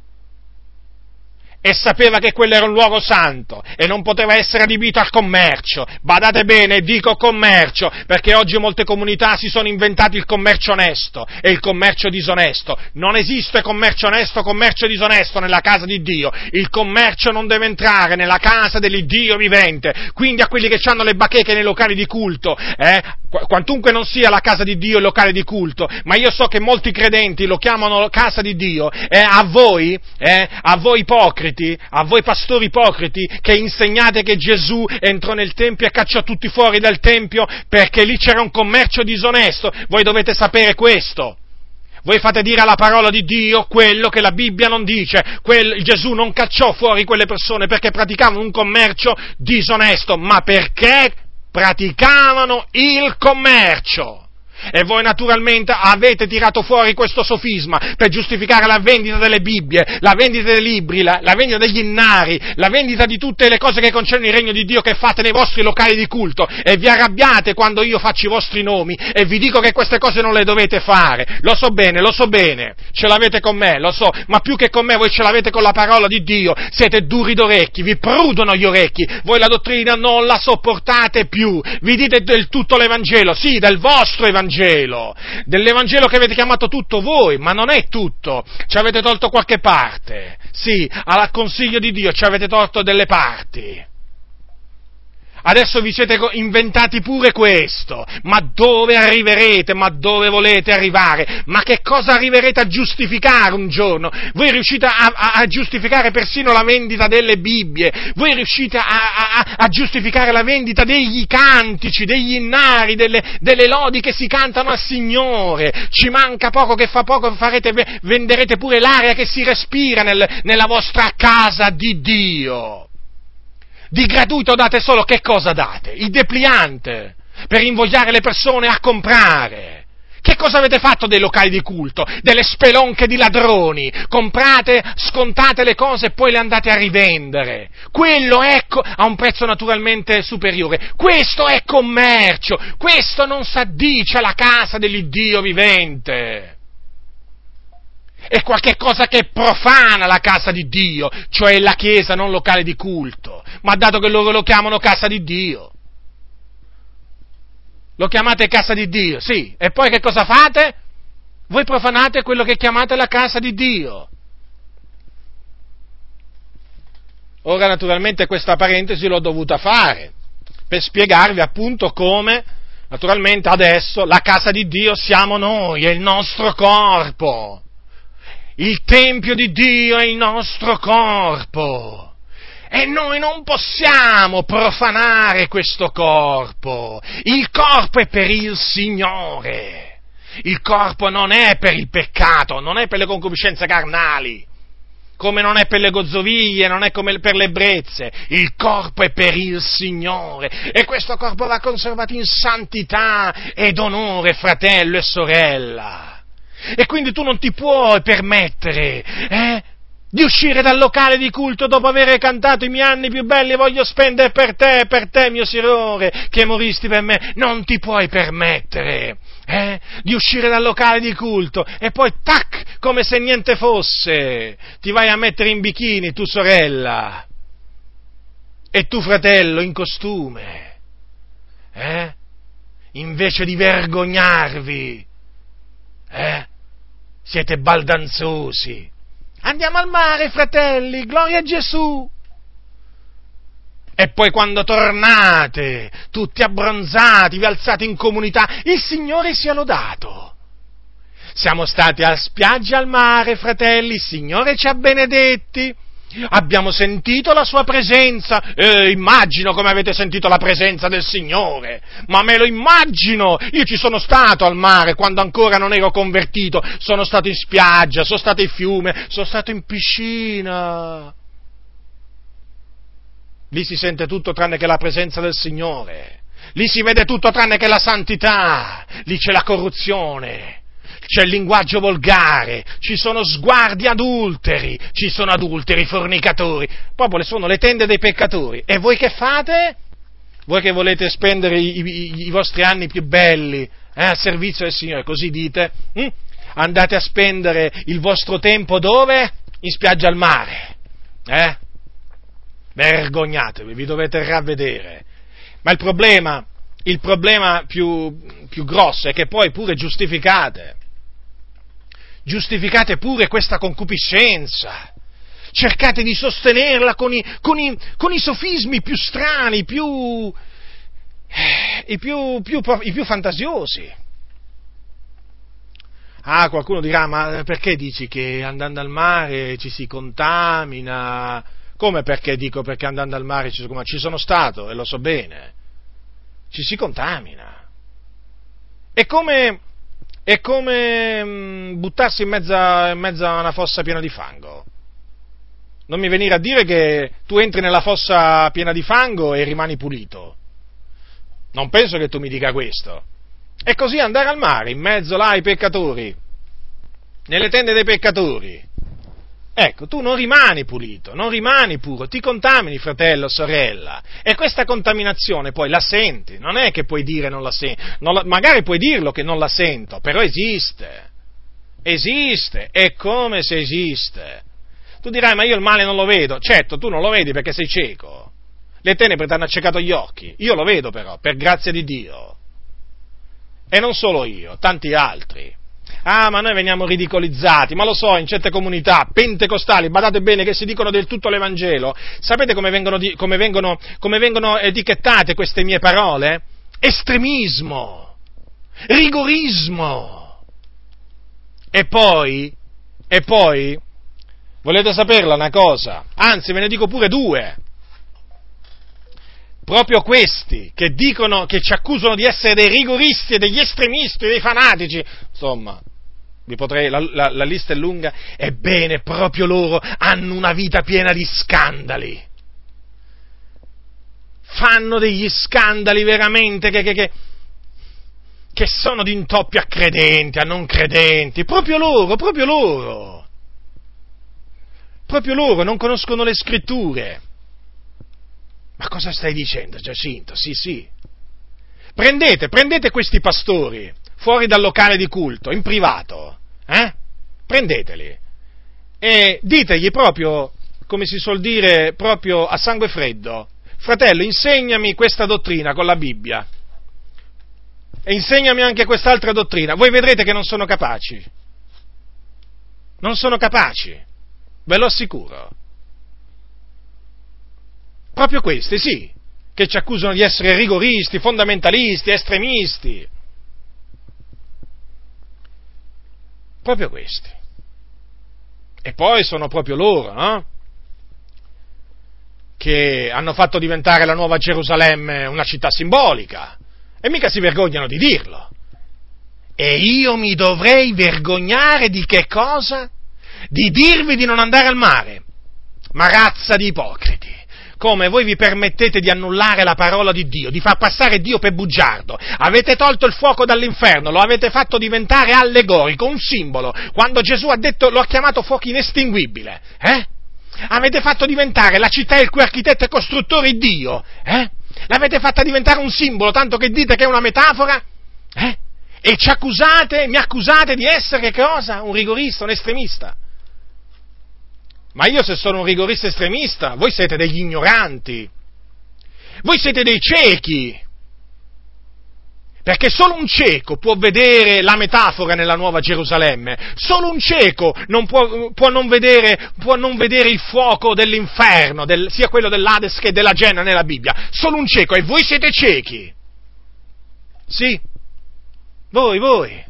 E sapeva che quello era un luogo santo e non poteva essere adibito al commercio. Badate bene, dico commercio, perché oggi molte comunità si sono inventati il commercio onesto e il commercio disonesto. Non esiste commercio onesto, commercio disonesto nella casa di Dio. Il commercio non deve entrare nella casa dell'Iddio vivente. Quindi a quelli che hanno le bacheche nei locali di culto, eh, quantunque non sia la casa di Dio il locale di culto, ma io so che molti credenti lo chiamano casa di Dio, eh, a voi, eh, a voi ipocriti, a voi pastori ipocriti che insegnate che Gesù entrò nel Tempio e cacciò tutti fuori dal Tempio perché lì c'era un commercio disonesto, voi dovete sapere questo. Voi fate dire alla parola di Dio quello che la Bibbia non dice. Quel, Gesù non cacciò fuori quelle persone perché praticavano un commercio disonesto, ma perché praticavano il commercio. E voi naturalmente avete tirato fuori questo sofisma per giustificare la vendita delle Bibbie, la vendita dei libri, la, la vendita degli innari, la vendita di tutte le cose che concernono il regno di Dio che fate nei vostri locali di culto, e vi arrabbiate quando io faccio i vostri nomi e vi dico che queste cose non le dovete fare. Lo so bene, lo so bene, ce l'avete con me, lo so, ma più che con me voi ce l'avete con la parola di Dio, siete duri d'orecchi, vi prudono gli orecchi, voi la dottrina non la sopportate più, vi dite del tutto l'Evangelo, sì, del vostro Evangelo, dell'Evangelo che avete chiamato tutto voi, ma non è tutto, ci avete tolto qualche parte, sì, al consiglio di Dio ci avete tolto delle parti. Adesso vi siete inventati pure questo, ma dove arriverete, ma dove volete arrivare, ma che cosa arriverete a giustificare un giorno? Voi riuscite a, a, a giustificare persino la vendita delle Bibbie, voi riuscite a, a, a giustificare la vendita degli cantici, degli innari, delle, delle lodi che si cantano al Signore, ci manca poco che fa poco farete, venderete pure l'aria che si respira nel, nella vostra casa di Dio. Di gratuito date solo che cosa date? Il depliante, per invogliare le persone a comprare. Che cosa avete fatto dei locali di culto? Delle spelonche di ladroni. Comprate, scontate le cose e poi le andate a rivendere. Quello è co- a un prezzo naturalmente superiore. Questo è commercio. Questo non s'addice alla casa dell'Iddio vivente. È qualche cosa che profana la casa di Dio, cioè la chiesa, non locale di culto. Ma dato che loro lo chiamano casa di Dio, lo chiamate casa di Dio, sì, e poi che cosa fate? Voi profanate quello che chiamate la casa di Dio. Ora, naturalmente, questa parentesi l'ho dovuta fare per spiegarvi appunto come, naturalmente, adesso la casa di Dio siamo noi, è il nostro corpo. Il Tempio di Dio è il nostro corpo e noi non possiamo profanare questo corpo. Il corpo è per il Signore, il corpo non è per il peccato, non è per le concupiscenze carnali, come non è per le gozzoviglie, non è come per le ebbrezze. Il corpo è per il Signore e questo corpo va conservato in santità ed onore, fratello e sorella. E quindi tu non ti puoi permettere eh, di uscire dal locale di culto dopo aver cantato i miei anni più belli voglio spendere per te, per te mio Signore, che moristi per me. Non ti puoi permettere eh, di uscire dal locale di culto e poi tac, come se niente fosse, ti vai a mettere in bikini tu sorella e tu fratello in costume, eh, invece di vergognarvi. Eh? Siete baldanzosi. Andiamo al mare, fratelli, gloria a Gesù. E poi quando tornate, tutti abbronzati, vi alzate in comunità, il Signore sia lodato. Siamo stati a spiaggia al mare, fratelli, il Signore ci ha benedetti. Abbiamo sentito la sua presenza, eh, immagino come avete sentito la presenza del Signore, ma me lo immagino, io ci sono stato al mare quando ancora non ero convertito, sono stato in spiaggia, sono stato in fiume, sono stato in piscina, Lì si sente tutto tranne che la presenza del Signore, lì si vede tutto tranne che la santità, lì c'è la corruzione, c'è il linguaggio volgare, ci sono sguardi adulteri, ci sono adulteri, fornicatori, proprio sono le tende dei peccatori. E voi che fate? Voi che volete spendere i, i, i vostri anni più belli eh, al servizio del Signore, così dite, hm? Andate a spendere il vostro tempo dove? In spiaggia al mare, eh? Vergognatevi, vi dovete ravvedere. Ma il problema, il problema più, più grosso è che poi pure giustificate, giustificate pure questa concupiscenza, cercate di sostenerla con i, con i, con i sofismi più strani, più, eh, i, più, più, i più fantasiosi. Ah, qualcuno dirà, ma perché dici che andando al mare ci si contamina? Come perché dico perché andando al mare ci, ci sono stato e lo so bene, ci si contamina. È come, è come mh, buttarsi in mezzo, a, in mezzo a una fossa piena di fango. Non mi venire a dire che tu entri nella fossa piena di fango e rimani pulito. Non penso che tu mi dica questo. È così andare al mare, in mezzo là ai peccatori, nelle tende dei peccatori. Ecco, tu non rimani pulito, non rimani puro, ti contamini, fratello, sorella, e questa contaminazione poi la senti, non è che puoi dire non la sento, non la, magari puoi dirlo che non la sento, però esiste, esiste, è come se esiste. Tu dirai, ma io il male non lo vedo, certo, tu non lo vedi perché sei cieco, le tenebre ti hanno accecato gli occhi, io lo vedo però, per grazia di Dio, e non solo io, tanti altri. Ah, ma noi veniamo ridicolizzati, ma lo so, in certe comunità pentecostali, badate bene, che si dicono del tutto l'Evangelo, sapete come vengono, come vengono, come vengono etichettate queste mie parole? Estremismo, rigorismo. E poi, e poi, volete saperla una cosa? Anzi, ve ne dico pure due. Proprio questi che dicono, che ci accusano di essere dei rigoristi e degli estremisti, dei fanatici, insomma, vi potrei, la, la, la lista è lunga, ebbene, proprio loro hanno una vita piena di scandali. Fanno degli scandali veramente che, che, che, che sono d'intoppi a credenti, a non credenti, proprio loro, proprio loro. Proprio loro non conoscono le scritture. Ma cosa stai dicendo, Giacinto? Sì, sì. Prendete, prendete questi pastori fuori dal locale di culto, in privato, eh? Prendeteli e ditegli proprio, come si suol dire, proprio a sangue freddo: fratello, insegnami questa dottrina con la Bibbia e insegnami anche quest'altra dottrina. Voi vedrete che non sono capaci. Non sono capaci, ve lo assicuro. Proprio questi, sì, che ci accusano di essere rigoristi, fondamentalisti, estremisti. Proprio questi. E poi sono proprio loro, no? Che hanno fatto diventare la Nuova Gerusalemme una città simbolica. E mica si vergognano di dirlo. E io mi dovrei vergognare di che cosa? Di dirvi di non andare al mare. Ma razza di ipocriti. Come voi vi permettete di annullare la parola di Dio, di far passare Dio per bugiardo? Avete tolto il fuoco dall'inferno, lo avete fatto diventare allegorico, un simbolo, quando Gesù ha detto, lo ha chiamato fuoco inestinguibile, eh? Avete fatto diventare la città il cui architetto e costruttore Dio, eh? L'avete fatta diventare un simbolo, tanto che dite che è una metafora, eh? E ci accusate, mi accusate di essere che cosa? Un rigorista, un estremista. Ma io se sono un rigorista estremista, voi siete degli ignoranti, voi siete dei ciechi, perché solo un cieco può vedere la metafora nella Nuova Gerusalemme, solo un cieco non può, può, non, vedere, può non vedere il fuoco dell'inferno, del, sia quello dell'Ades che della Genna nella Bibbia, solo un cieco, e voi siete ciechi, sì, voi, voi,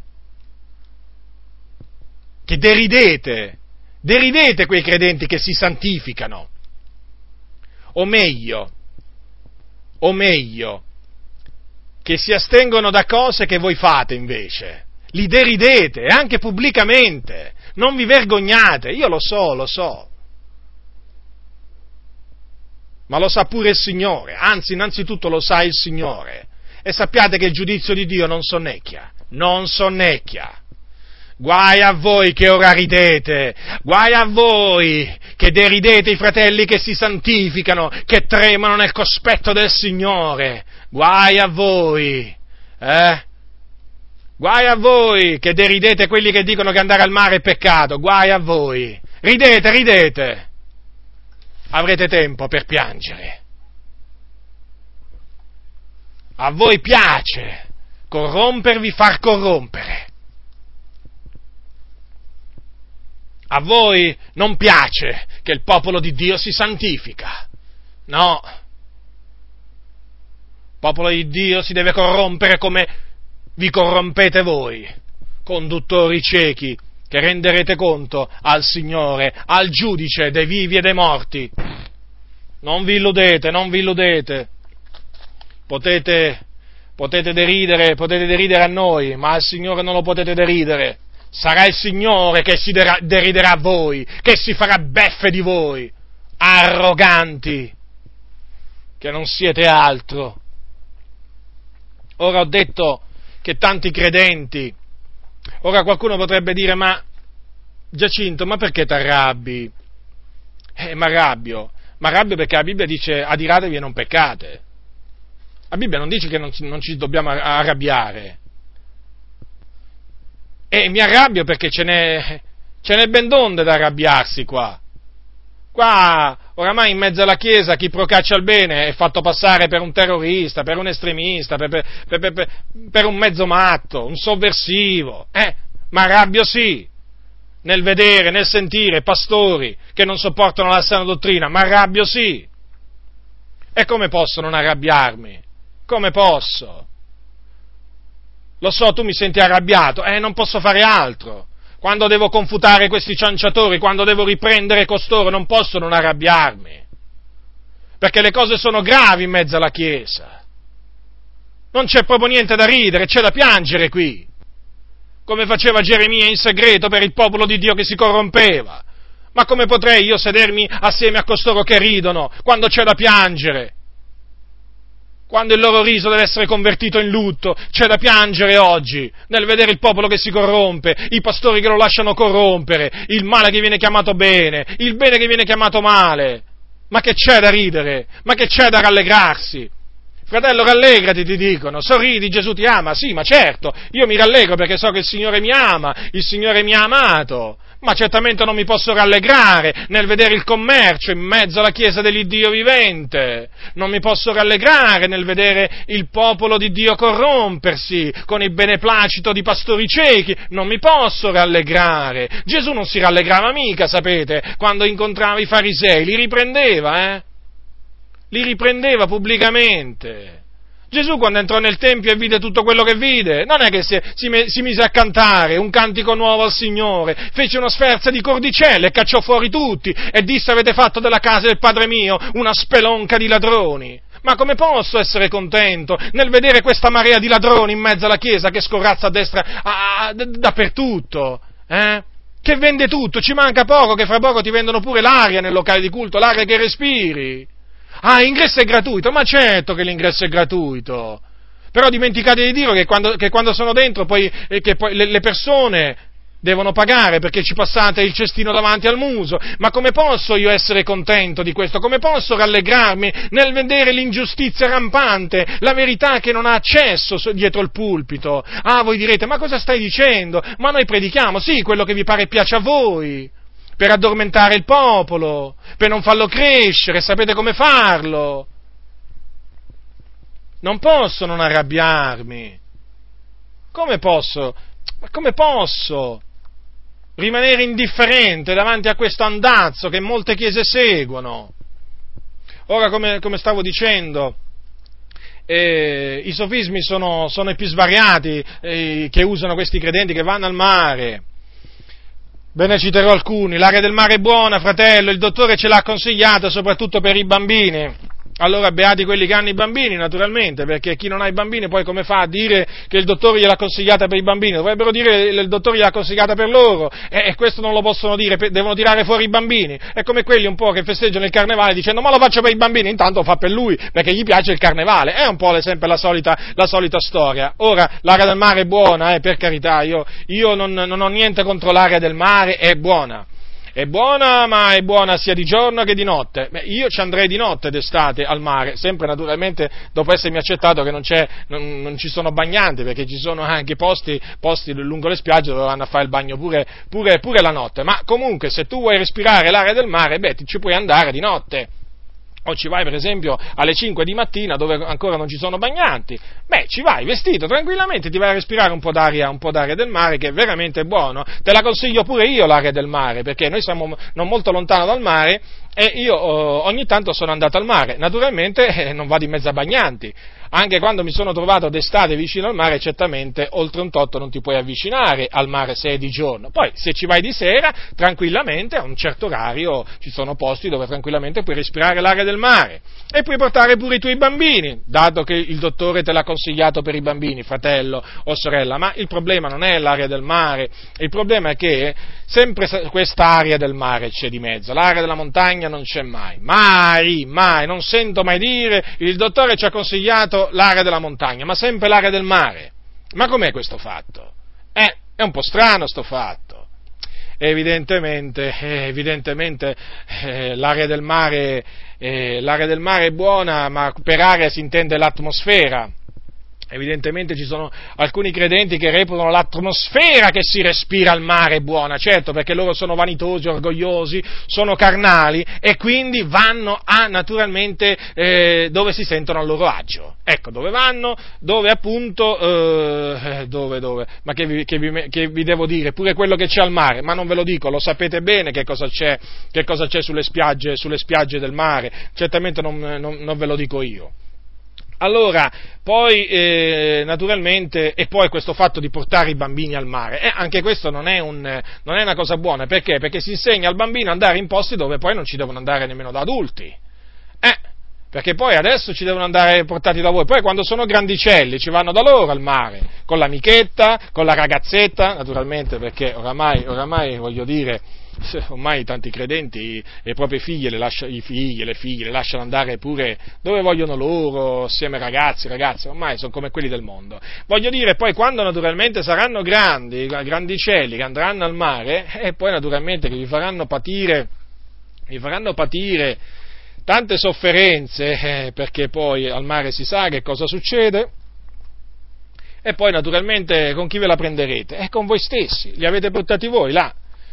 che deridete, Deridete quei credenti che si santificano, o meglio, o meglio, che si astengono da cose che voi fate invece, li deridete, anche pubblicamente, non vi vergognate, io lo so, lo so. ma lo sa pure il Signore, anzi innanzitutto lo sa il Signore, e sappiate che il giudizio di Dio non sonnecchia, non sonnecchia. Guai a voi che ora ridete, guai a voi che deridete i fratelli che si santificano, che tremano nel cospetto del Signore, guai a voi, eh? Guai a voi che deridete quelli che dicono che andare al mare è peccato, guai a voi, ridete, ridete, avrete tempo per piangere. A voi piace corrompervi, far corrompere. A voi non piace che il popolo di Dio si santifica. No. Il popolo di Dio si deve corrompere come vi corrompete voi, conduttori ciechi, che renderete conto al Signore, al giudice dei vivi e dei morti. Non vi illudete, non vi illudete. Potete, potete deridere, potete deridere a noi, ma al Signore non lo potete deridere. Sarà il Signore che si deriderà a voi, che si farà beffe di voi, arroganti, che non siete altro. Ora ho detto che tanti credenti, ora qualcuno potrebbe dire, ma Giacinto, ma perché t'arrabbi? Eh, ma arrabbio, ma arrabbio perché la Bibbia dice adiratevi e non peccate. La Bibbia non dice che non, non ci dobbiamo arrabbiare. E mi arrabbio perché ce n'è, ce n'è ben donde da arrabbiarsi qua. Qua, oramai in mezzo alla Chiesa, chi procaccia il bene è fatto passare per un terrorista, per un estremista, per, per, per, per, per un mezzo matto, un sovversivo. Eh, ma arrabbio sì, nel vedere, nel sentire pastori che non sopportano la sana dottrina, ma arrabbio sì. E come posso non arrabbiarmi? Come posso? Lo so, tu mi senti arrabbiato, eh, non posso fare altro. Quando devo confutare questi cianciatori, quando devo riprendere costoro, non posso non arrabbiarmi. Perché le cose sono gravi in mezzo alla Chiesa. Non c'è proprio niente da ridere, c'è da piangere qui. Come faceva Geremia in segreto per il popolo di Dio che si corrompeva. Ma come potrei io sedermi assieme a costoro che ridono, quando c'è da piangere? Quando il loro riso deve essere convertito in lutto, c'è da piangere oggi, nel vedere il popolo che si corrompe, i pastori che lo lasciano corrompere, il male che viene chiamato bene, il bene che viene chiamato male. Ma che c'è da ridere? Ma che c'è da rallegrarsi? Fratello, rallegrati, ti dicono, sorridi, Gesù ti ama, sì, ma certo, io mi rallegro perché so che il Signore mi ama, il Signore mi ha amato, ma certamente non mi posso rallegrare nel vedere il commercio in mezzo alla Chiesa dell'Iddio vivente, non mi posso rallegrare nel vedere il popolo di Dio corrompersi con il beneplacito di pastori ciechi, non mi posso rallegrare. Gesù non si rallegrava mica, sapete, quando incontrava i farisei, li riprendeva, eh? Li riprendeva pubblicamente. Gesù quando entrò nel Tempio e vide tutto quello che vide, non è che si, si, si mise a cantare un cantico nuovo al Signore, fece una sferza di cordicelle e cacciò fuori tutti e disse avete fatto della casa del Padre mio una spelonca di ladroni. Ma come posso essere contento nel vedere questa marea di ladroni in mezzo alla Chiesa che scorrazza a destra a, a, d- dappertutto, eh? Che vende tutto, ci manca poco, che fra poco ti vendono pure l'aria nel locale di culto, l'aria che respiri. Ah, l'ingresso è gratuito, ma certo che l'ingresso è gratuito, però dimenticate di dire che quando, che quando sono dentro poi, eh, che poi le, le persone devono pagare perché ci passate il cestino davanti al muso. Ma come posso io essere contento di questo? Come posso rallegrarmi nel vedere l'ingiustizia rampante, la verità che non ha accesso dietro il pulpito? Ah, voi direte, ma cosa stai dicendo? Ma noi predichiamo, sì, quello che vi pare e piace a voi, per addormentare il popolo, per non farlo crescere, sapete come farlo. Non posso non arrabbiarmi. Come posso? Ma come posso rimanere indifferente davanti a questo andazzo che molte chiese seguono? Ora, come, come stavo dicendo, eh, i sofismi sono, sono i più svariati eh, che usano questi credenti che vanno al mare. Ve ne citerò alcuni. L'aria del mare è buona, fratello, il dottore ce l'ha consigliata soprattutto per i bambini. Allora beati quelli che hanno i bambini, naturalmente, perché chi non ha i bambini poi come fa a dire che il dottore gliel'ha consigliata per i bambini? Dovrebbero dire che il dottore gliel'ha consigliata per loro, e, e questo non lo possono dire, devono tirare fuori i bambini. È come quelli un po' che festeggiano il carnevale dicendo ma lo faccio per i bambini, intanto lo fa per lui, perché gli piace il carnevale. È un po' sempre la solita, la solita storia. Ora, l'area del mare è buona, eh, per carità, io, io non, non ho niente contro l'area del mare, è buona. È buona, ma è buona sia di giorno che di notte. Beh, io ci andrei di notte d'estate al mare, sempre naturalmente dopo essermi accertato che non, c'è, non, non ci sono bagnanti, perché ci sono anche posti, posti lungo le spiagge dove vanno a fare il bagno pure, pure, pure la notte. Ma comunque se tu vuoi respirare l'aria del mare, beh, ci puoi andare di notte. O ci vai per esempio alle cinque di mattina dove ancora non ci sono bagnanti, beh ci vai vestito tranquillamente, ti vai a respirare un po' d'aria, un po' d'aria del mare che è veramente buono, te la consiglio pure io l'aria del mare, perché noi siamo non molto lontano dal mare e io oh, ogni tanto sono andato al mare, naturalmente eh, non vado in mezzo a bagnanti, anche quando mi sono trovato d'estate vicino al mare, certamente oltre un tot non ti puoi avvicinare al mare se è di giorno, poi se ci vai di sera, tranquillamente a un certo orario ci sono posti dove tranquillamente puoi respirare l'aria del mare e puoi portare pure i tuoi bambini, dato che il dottore te l'ha consigliato per i bambini, fratello o sorella, ma il problema non è l'aria del mare, il problema è che sempre quest'aria del mare c'è di mezzo, l'aria della montagna non c'è mai, mai, mai, non sento mai dire il dottore ci ha consigliato l'area della montagna, ma sempre l'area del mare. Ma com'è questo fatto? Eh, è un po' strano sto fatto. Evidentemente, eh, evidentemente eh, l'area del mare, eh, l'area del mare è buona, ma per area si intende l'atmosfera. Evidentemente ci sono alcuni credenti che reputano l'atmosfera che si respira al mare buona, certo, perché loro sono vanitosi, orgogliosi, sono carnali e quindi vanno a naturalmente eh, dove si sentono a loro agio. Ecco, dove vanno? Dove appunto, eh, dove, dove? Ma che vi, che, vi, che vi devo dire? Pure quello che c'è al mare, ma non ve lo dico, lo sapete bene che cosa c'è, che cosa c'è sulle spiagge, sulle spiagge del mare, certamente non, non, non ve lo dico io. Allora, poi eh, naturalmente, e poi questo fatto di portare i bambini al mare, eh, anche questo non è, un, non è una cosa buona, perché? Perché si insegna al bambino ad andare in posti dove poi non ci devono andare nemmeno da adulti, eh, perché poi adesso ci devono andare portati da voi, poi quando sono grandicelli ci vanno da loro al mare, con l'amichetta, con la ragazzetta, naturalmente perché oramai, oramai voglio dire, ormai tanti credenti i propri figli, le lasciano, i figli, le figlie, le lasciano andare pure dove vogliono loro, assieme ai ragazzi, ragazzi, ormai sono come quelli del mondo. Voglio dire, poi quando naturalmente saranno grandi, grandicelli, che andranno al mare, e poi naturalmente che vi faranno patire, vi faranno patire tante sofferenze, eh, perché poi al mare si sa che cosa succede, e poi naturalmente con chi ve la prenderete? È con voi stessi, li avete portati voi là.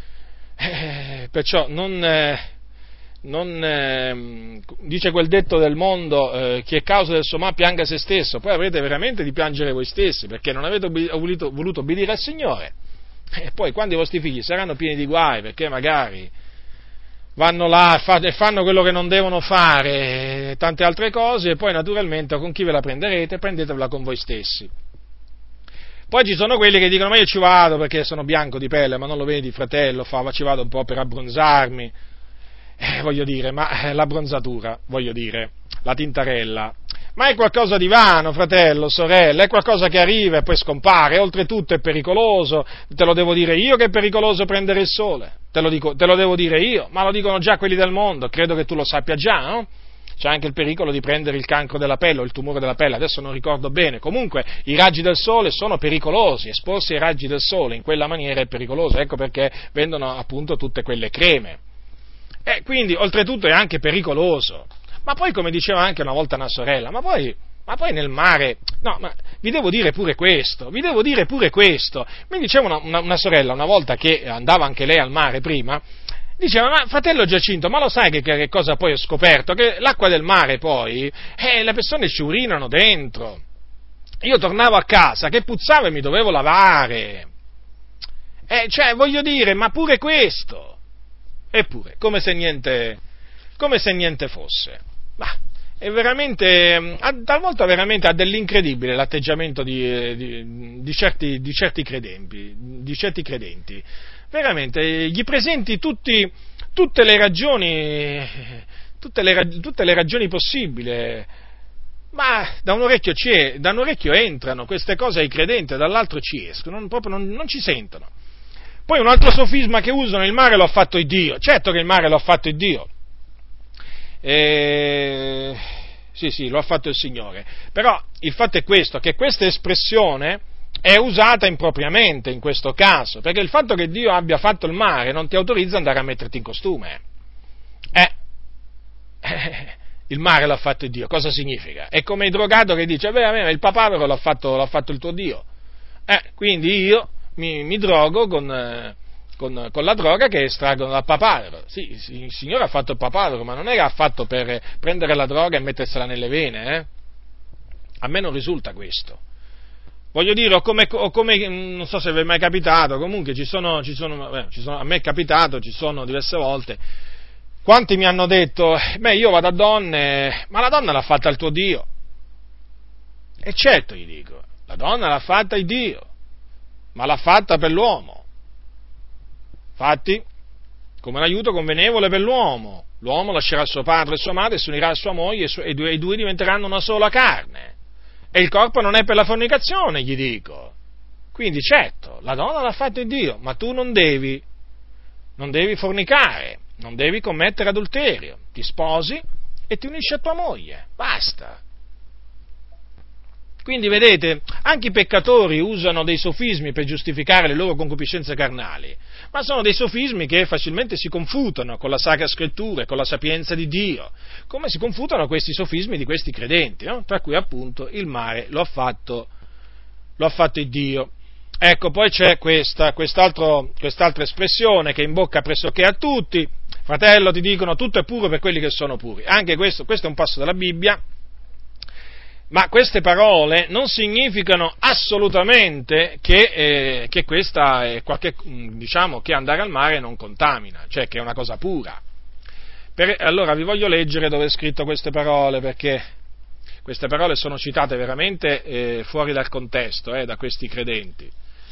Eh, perciò non, eh, non eh, dice quel detto del mondo, eh, chi è causa del suo male pianga se stesso, poi avrete veramente di piangere voi stessi, perché non avete obb- voluto, voluto obbedire al Signore, e poi quando i vostri figli saranno pieni di guai, perché magari vanno là e fanno quello che non devono fare, e tante altre cose, e poi naturalmente con chi ve la prenderete, prendetevela con voi stessi. Poi ci sono quelli che dicono, ma io ci vado perché sono bianco di pelle, ma non lo vedi fratello, fa, ci vado un po' per abbronzarmi, eh, voglio dire, ma eh, l'abbronzatura, voglio dire, la tintarella, ma è qualcosa di vano, fratello, sorella, è qualcosa che arriva e poi scompare, oltretutto è pericoloso, te lo devo dire io che è pericoloso prendere il sole, te lo, dico, te lo devo dire io, ma lo dicono già quelli del mondo, credo che tu lo sappia già, no? C'è anche il pericolo di prendere il cancro della pelle o il tumore della pelle, adesso non ricordo bene, comunque i raggi del sole sono pericolosi, esporsi ai raggi del sole in quella maniera è pericoloso, ecco perché vendono appunto tutte quelle creme. E quindi oltretutto è anche pericoloso, ma poi come diceva anche una volta una sorella, ma poi, ma poi nel mare, no, ma vi devo dire pure questo, vi devo dire pure questo, mi diceva una, una, una sorella una volta che andava anche lei al mare prima, diceva, ma fratello Giacinto, ma lo sai che, che cosa poi ho scoperto? Che l'acqua del mare poi, eh, le persone ci urinano dentro. Io tornavo a casa che puzzava e mi dovevo lavare. Eh, cioè, voglio dire, ma pure questo. Eppure, come se niente, come se niente fosse. Ma è veramente, talvolta veramente ha dell'incredibile l'atteggiamento di, di, di, certi, di certi credenti, di certi credenti. Veramente, gli presenti tutti, tutte le ragioni, tutte le, tutte le ragioni possibili, ma da un orecchio, ci, da un orecchio entrano queste cose ai credenti, dall'altro ci escono, non, proprio non, non ci sentono. Poi un altro sofisma che usano: il mare lo ha fatto il Dio. Certo che il mare lo ha fatto il Dio. E... Sì, sì, lo ha fatto il Signore. Però il fatto è questo, che questa espressione è usata impropriamente in questo caso, perché il fatto che Dio abbia fatto il mare non ti autorizza ad andare a metterti in costume. Eh, eh il mare l'ha fatto il Dio, cosa significa? È come il drogato che dice: beh, a me il papavero l'ha fatto, l'ha fatto il tuo Dio. Eh, quindi io mi, mi drogo con, eh, con, con la droga che estraggono dal papavero. Sì, sì, il Signore ha fatto il papavero, ma non è che ha fatto per prendere la droga e mettersela nelle vene, eh? A me non risulta questo. Voglio dire, o come, o come, non so se vi è mai capitato, comunque ci sono, ci sono, beh, ci sono, a me è capitato, ci sono diverse volte, quanti mi hanno detto: beh, io vado a donne, ma la donna l'ha fatta il tuo Dio. E certo, gli dico, la donna l'ha fatta il Dio, ma l'ha fatta per l'uomo. Infatti, come un aiuto convenevole per l'uomo, l'uomo lascerà suo padre e sua madre, si unirà a sua moglie e i due, i due diventeranno una sola carne. E il corpo non è per la fornicazione, gli dico. Quindi certo, la donna l'ha fatto il Dio, ma tu non devi, non devi fornicare, non devi commettere adulterio, ti sposi e ti unisci a tua moglie, basta. Quindi vedete, anche i peccatori usano dei sofismi per giustificare le loro concupiscenze carnali, ma sono dei sofismi che facilmente si confutano con la Sacra Scrittura e con la sapienza di Dio, come si confutano questi sofismi di questi credenti, no? Tra cui appunto il mare lo ha fatto, lo ha fatto il Dio. Ecco, poi c'è questa, quest'altro, quest'altra espressione che imbocca pressoché a tutti: fratello, ti dicono, tutto è puro per quelli che sono puri. Anche questo, questo è un passo della Bibbia. Ma queste parole non significano assolutamente che, eh, che questa è qualche, diciamo, che andare al mare non contamina, cioè che è una cosa pura. Per, allora vi voglio leggere dove è scritto queste parole, perché queste parole sono citate veramente eh, fuori dal contesto, eh, da questi credenti.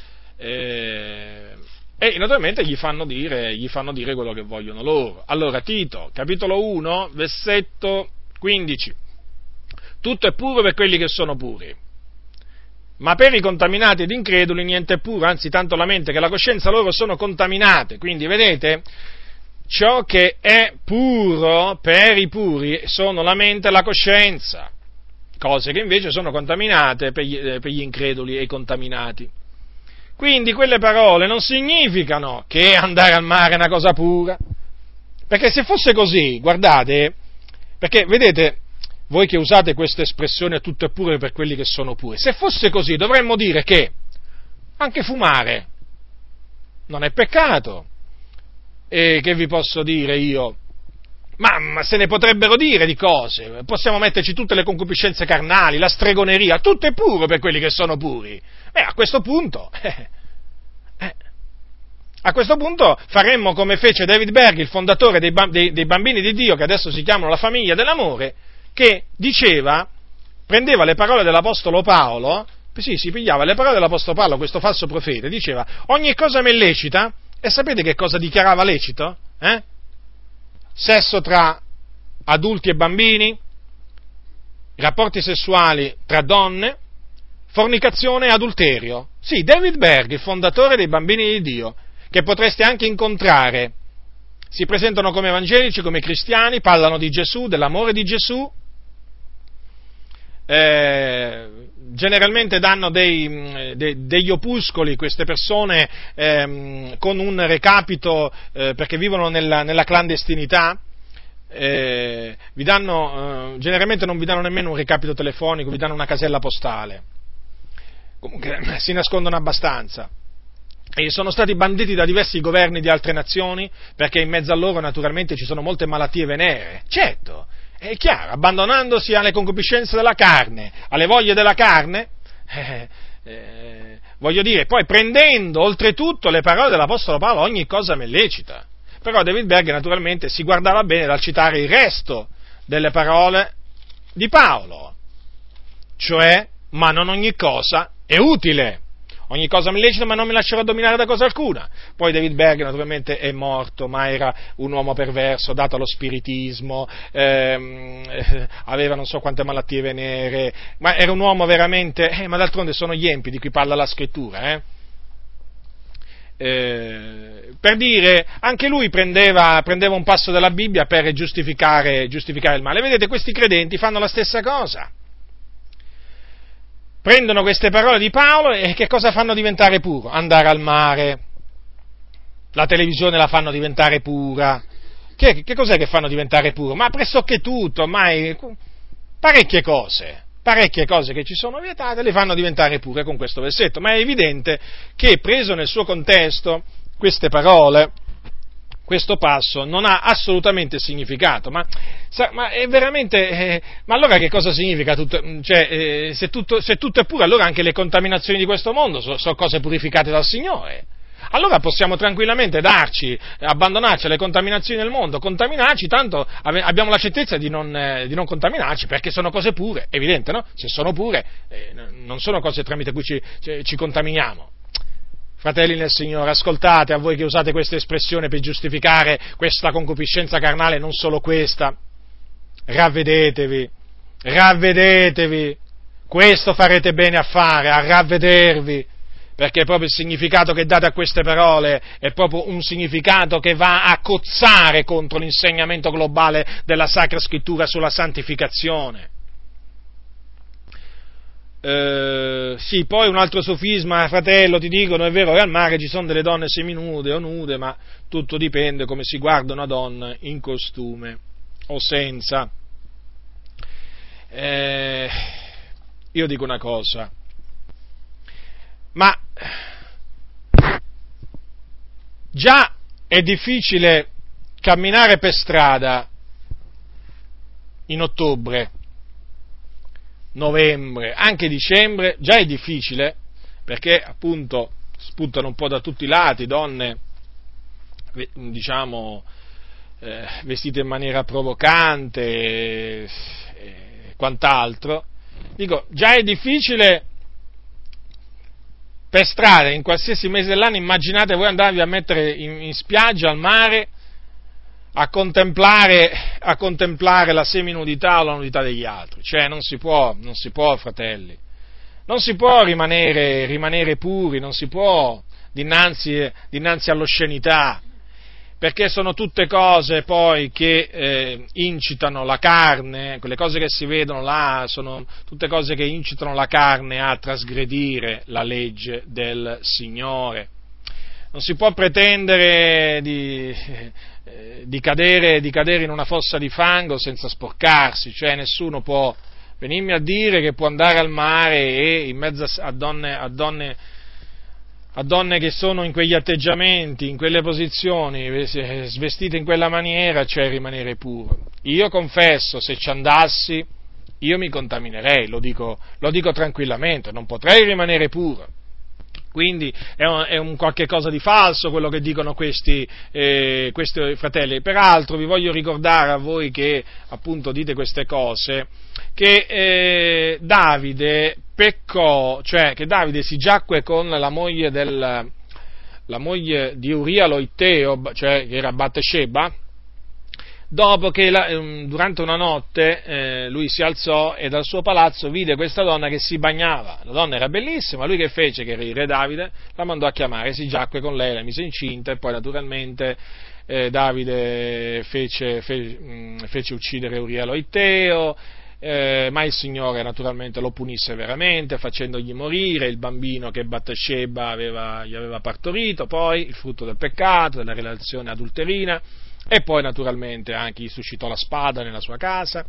Eh, e naturalmente gli fanno dire, gli fanno dire quello che vogliono loro. Allora, Tito, capitolo uno, versetto quindici. Tutto è puro per quelli che sono puri, ma per i contaminati ed increduli niente è puro, anzi tanto la mente che la coscienza loro sono contaminate. Quindi vedete, ciò che è puro per i puri sono la mente e la coscienza, cose che invece sono contaminate per gli, eh, per gli increduli e i contaminati. Quindi quelle parole non significano che andare al mare è una cosa pura, perché se fosse così, guardate, perché vedete, voi che usate questa espressione tutto è puro per quelli che sono puri, se fosse così dovremmo dire che anche fumare non è peccato. E che vi posso dire io? Ma, ma se ne potrebbero dire di cose, possiamo metterci tutte le concupiscenze carnali, la stregoneria, tutto è puro per quelli che sono puri. E a questo punto, eh, eh, a questo punto faremmo come fece David Berg, il fondatore dei, dei, dei Bambini di Dio, che adesso si chiamano la Famiglia dell'Amore, che diceva, prendeva le parole dell'Apostolo Paolo, sì, si pigliava le parole dell'Apostolo Paolo, questo falso profeta, diceva: ogni cosa mi è lecita, e sapete che cosa dichiarava lecito? Eh? Sesso tra adulti e bambini, rapporti sessuali tra donne, fornicazione e adulterio. Sì, David Berg, il fondatore dei Bambini di Dio, che potreste anche incontrare, si presentano come evangelici, come cristiani, parlano di Gesù, dell'amore di Gesù, eh, generalmente danno dei, de, degli opuscoli, queste persone eh, con un recapito, eh, perché vivono nella, nella clandestinità, eh, vi danno, eh, generalmente non vi danno nemmeno un recapito telefonico, vi danno una casella postale, comunque si nascondono abbastanza. E sono stati banditi da diversi governi di altre nazioni, perché in mezzo a loro naturalmente ci sono molte malattie venere. Certo, è chiaro, abbandonandosi alle concupiscenze della carne, alle voglie della carne, eh, eh, voglio dire, poi prendendo oltretutto le parole dell'Apostolo Paolo, ogni cosa mi è lecita. Però David Berg naturalmente si guardava bene dal citare il resto delle parole di Paolo, cioè, ma non ogni cosa è utile. ogni cosa mi è lecita, ma non mi lascerò dominare da cosa alcuna. Poi David Berg naturalmente è morto, ma era un uomo perverso, dato allo spiritismo, ehm, eh, aveva non so quante malattie venere, ma era un uomo veramente, eh, ma d'altronde sono gli empi di cui parla la scrittura, eh? Eh, per dire, anche lui prendeva, prendeva un passo dalla Bibbia per giustificare, giustificare il male. Vedete, questi credenti fanno la stessa cosa. Prendono queste parole di Paolo e che cosa fanno diventare puro? Andare al mare, la televisione la fanno diventare pura. Che, che cos'è che fanno diventare puro? Ma pressoché tutto, ormai parecchie cose, parecchie cose che ci sono vietate le fanno diventare pure con questo versetto, ma è evidente che preso nel suo contesto queste parole, questo passo non ha assolutamente significato, ma, ma è veramente, eh, ma allora che cosa significa tutto? Cioè, eh, se, tutto, se tutto è puro, allora anche le contaminazioni di questo mondo sono, sono cose purificate dal Signore. Allora possiamo tranquillamente darci, abbandonarci alle contaminazioni del mondo, contaminarci, tanto abbiamo la certezza di non, eh, di non contaminarci, perché sono cose pure, evidente, no? Se sono pure, eh, non sono cose tramite cui ci, ci contaminiamo. Fratelli nel Signore, ascoltate, a voi che usate questa espressione per giustificare questa concupiscenza carnale, non solo questa, ravvedetevi, ravvedetevi, questo farete bene a fare, a ravvedervi, perché proprio il significato che date a queste parole è proprio un significato che va a cozzare contro l'insegnamento globale della Sacra Scrittura sulla santificazione. Eh, sì, poi un altro sofisma, fratello, ti dicono, è vero che al mare ci sono delle donne seminude o nude, ma tutto dipende come si guarda una donna in costume o senza. Eh, io dico una cosa, ma già è difficile camminare per strada in ottobre, novembre, anche dicembre, già è difficile, perché appunto spuntano un po' da tutti i lati donne, diciamo, eh, vestite in maniera provocante e, e quant'altro. Dico, già è difficile per strada, in qualsiasi mese dell'anno. Immaginate voi andarvi a mettere in, in spiaggia, al mare, a contemplare, a contemplare la seminudità o la nudità degli altri. Cioè, non si può, non si può, fratelli. Non si può rimanere, rimanere puri, non si può dinanzi, dinanzi all'oscenità, perché sono tutte cose poi che eh, incitano la carne, quelle cose che si vedono là sono tutte cose che incitano la carne a trasgredire la legge del Signore. Non si può pretendere di, eh, di, cadere, di cadere in una fossa di fango senza sporcarsi, cioè nessuno può venirmi a dire che può andare al mare e in mezzo a donne, a donne, a donne che sono in quegli atteggiamenti, in quelle posizioni, svestite in quella maniera, cioè rimanere puro. Io confesso, se ci andassi, io mi contaminerei, lo dico, lo dico tranquillamente, non potrei rimanere puro. Quindi è un, è un qualche cosa di falso quello che dicono questi, eh, questi fratelli. Peraltro vi voglio ricordare a voi che appunto dite queste cose, che eh, Davide peccò, cioè che Davide si giacque con la moglie, del, la moglie di Uria l'Oitteo, cioè che era Bathsheba, dopo che la, durante una notte eh, lui si alzò e dal suo palazzo vide questa donna che si bagnava. La donna era bellissima, lui che fece, che era il re Davide, la mandò a chiamare, si giacque con lei, la mise incinta e poi naturalmente eh, Davide fece, fe, mh, fece uccidere Uria l'Oitteo, eh, ma il Signore naturalmente lo punisse veramente facendogli morire il bambino che Bathsheba aveva, gli aveva partorito, poi il frutto del peccato, della relazione adulterina. E poi naturalmente anche gli suscitò la spada nella sua casa.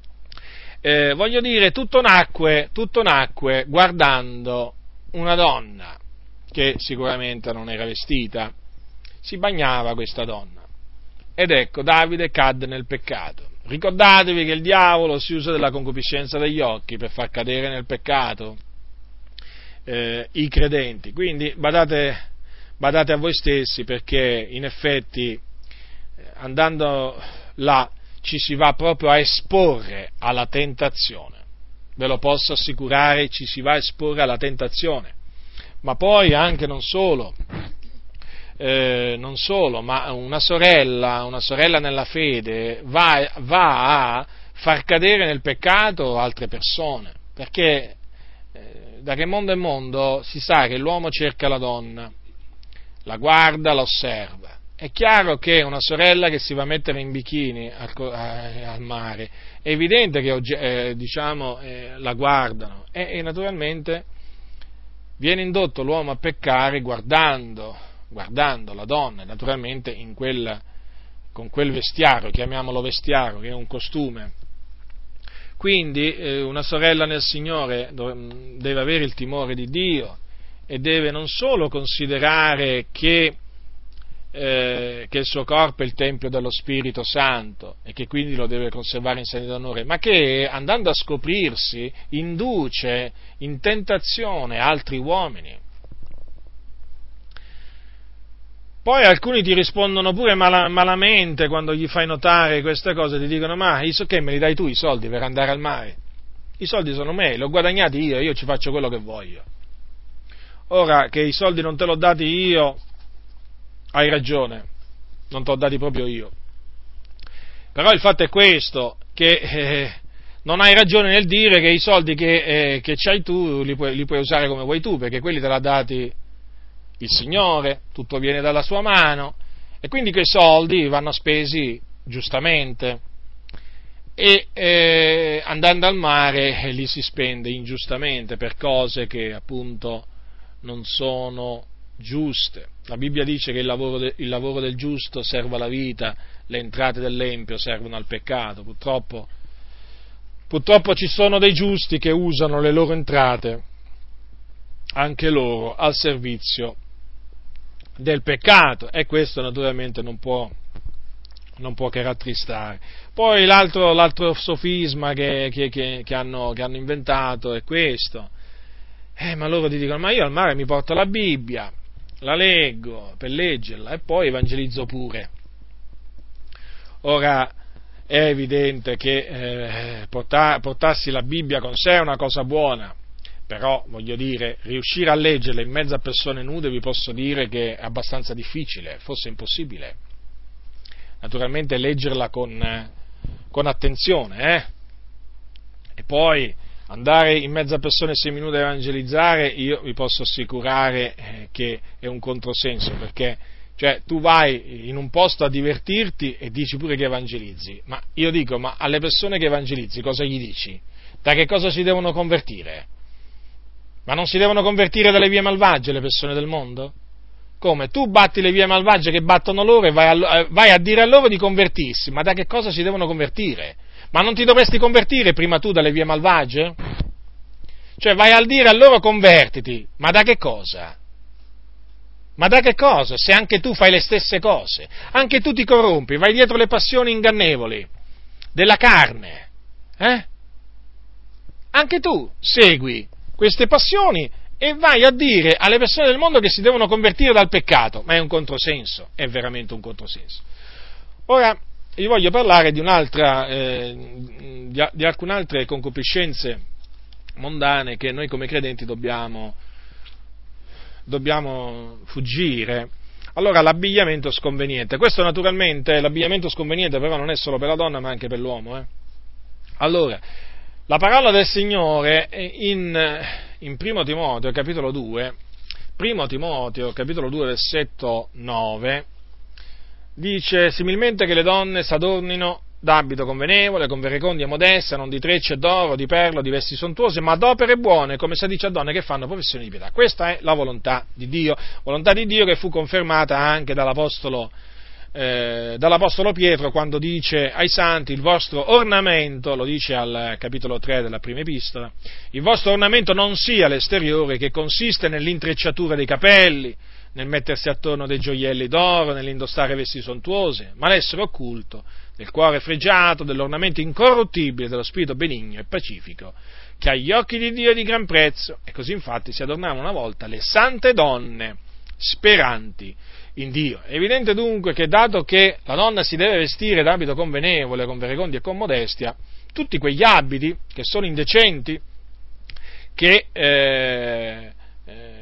Eh, voglio dire, tutto nacque, tutto nacque guardando una donna che sicuramente non era vestita, si bagnava questa donna. Ed ecco, Davide cadde nel peccato. Ricordatevi che il diavolo si usa della concupiscenza degli occhi per far cadere nel peccato eh, i credenti. Quindi badate, badate a voi stessi, perché in effetti andando là ci si va proprio a esporre alla tentazione, ve lo posso assicurare, ci si va a esporre alla tentazione. ma poi anche non solo, eh, non solo, ma una sorella, una sorella nella fede va, va a far cadere nel peccato altre persone, perché eh, da che mondo è mondo si sa che l'uomo cerca la donna, la guarda, la osserva. È chiaro che una sorella che si va a mettere in bikini al, al mare, è evidente che eh, diciamo, eh, la guardano e, e naturalmente viene indotto l'uomo a peccare guardando, guardando la donna, naturalmente in quel, con quel vestiario, chiamiamolo vestiario, che è un costume. Quindi eh, una sorella nel Signore deve avere il timore di Dio e deve non solo considerare che Eh, che il suo corpo è il Tempio dello Spirito Santo e che quindi lo deve conservare in segno d'onore, ma che andando a scoprirsi induce in tentazione altri uomini. Poi alcuni ti rispondono pure mal- malamente quando gli fai notare queste cose, ti dicono: ma so che me li dai tu i soldi per andare al mare? I soldi sono miei, li ho guadagnati io, io ci faccio quello che voglio. Ora che i soldi non te l'ho dati io, hai ragione, non ti ho dati proprio io. Però il fatto è questo, che eh, non hai ragione nel dire che i soldi che, eh, che c'hai tu li puoi, li puoi usare come vuoi tu, perché quelli te li ha dati il Signore, tutto viene dalla sua mano, e quindi quei soldi vanno spesi giustamente. E eh, andando al mare eh, li si spende ingiustamente per cose che appunto non sono giuste. La Bibbia dice che il lavoro, de, il lavoro del giusto serve alla vita, le entrate dell'empio servono al peccato. Purtroppo, purtroppo ci sono dei giusti che usano le loro entrate, anche loro, al servizio del peccato, e questo naturalmente non può, non può che rattristare. Poi l'altro, l'altro sofisma che, che, che, che, hanno, che hanno inventato è questo. Eh, ma loro ti dicono: ma io al mare mi porto la Bibbia, la leggo per leggerla e poi evangelizzo pure. Ora è evidente che eh, portar, portarsi la Bibbia con sé è una cosa buona, però voglio dire, riuscire a leggerla in mezzo a persone nude vi posso dire che è abbastanza difficile, forse impossibile. Naturalmente leggerla con, con attenzione, eh? E poi andare in mezzo a persone seminude a evangelizzare, io vi posso assicurare eh, che è un controsenso, perché cioè, tu vai in un posto a divertirti e dici pure che evangelizzi, ma io dico, ma alle persone che evangelizzi cosa gli dici? Da che cosa si devono convertire? Ma non si devono convertire dalle vie malvagie le persone del mondo? Come? Tu batti le vie malvagie che battono loro e vai a, vai a dire a loro di convertirsi, ma da che cosa si devono convertire? Ma non ti dovresti convertire prima tu dalle vie malvagie? Cioè vai a dire a loro convertiti, ma da che cosa? Ma da che cosa? Se anche tu fai le stesse cose, anche tu ti corrompi, vai dietro le passioni ingannevoli della carne, eh? Anche tu segui queste passioni e vai a dire alle persone del mondo che si devono convertire dal peccato, ma è un controsenso, è veramente un controsenso. Ora, vi voglio parlare di un'altra, eh, di, di alcune altre concupiscenze mondane che noi come credenti dobbiamo, dobbiamo fuggire. Allora, l'abbigliamento sconveniente. Questo naturalmente, l'abbigliamento sconveniente però non è solo per la donna ma anche per l'uomo. Eh. Allora, la parola del Signore in, in Primo Timoteo, capitolo due, Primo Timoteo, capitolo due, versetto nove, dice similmente che le donne s'adornino d'abito convenevole, con verecondia modesta, non di trecce d'oro, di perlo, di vesti sontuose, ma d'opere buone, come si dice a donne che fanno professione di pietà. Questa è la volontà di Dio, volontà di Dio che fu confermata anche dall'Apostolo, eh, dall'Apostolo Pietro quando dice ai santi: il vostro ornamento, lo dice al capitolo tre della prima epistola, il vostro ornamento non sia l'esteriore, che consiste nell'intrecciatura dei capelli, nel mettersi attorno dei gioielli d'oro, nell'indossare vesti sontuose, ma l'essere occulto del cuore fregiato, dell'ornamento incorruttibile dello spirito benigno e pacifico, che agli occhi di Dio è di gran prezzo. E così infatti si adornavano una volta le sante donne speranti in Dio. È evidente dunque che, dato che la donna si deve vestire d'abito convenevole, con verecondia e con modestia, tutti quegli abiti che sono indecenti, che, eh, eh,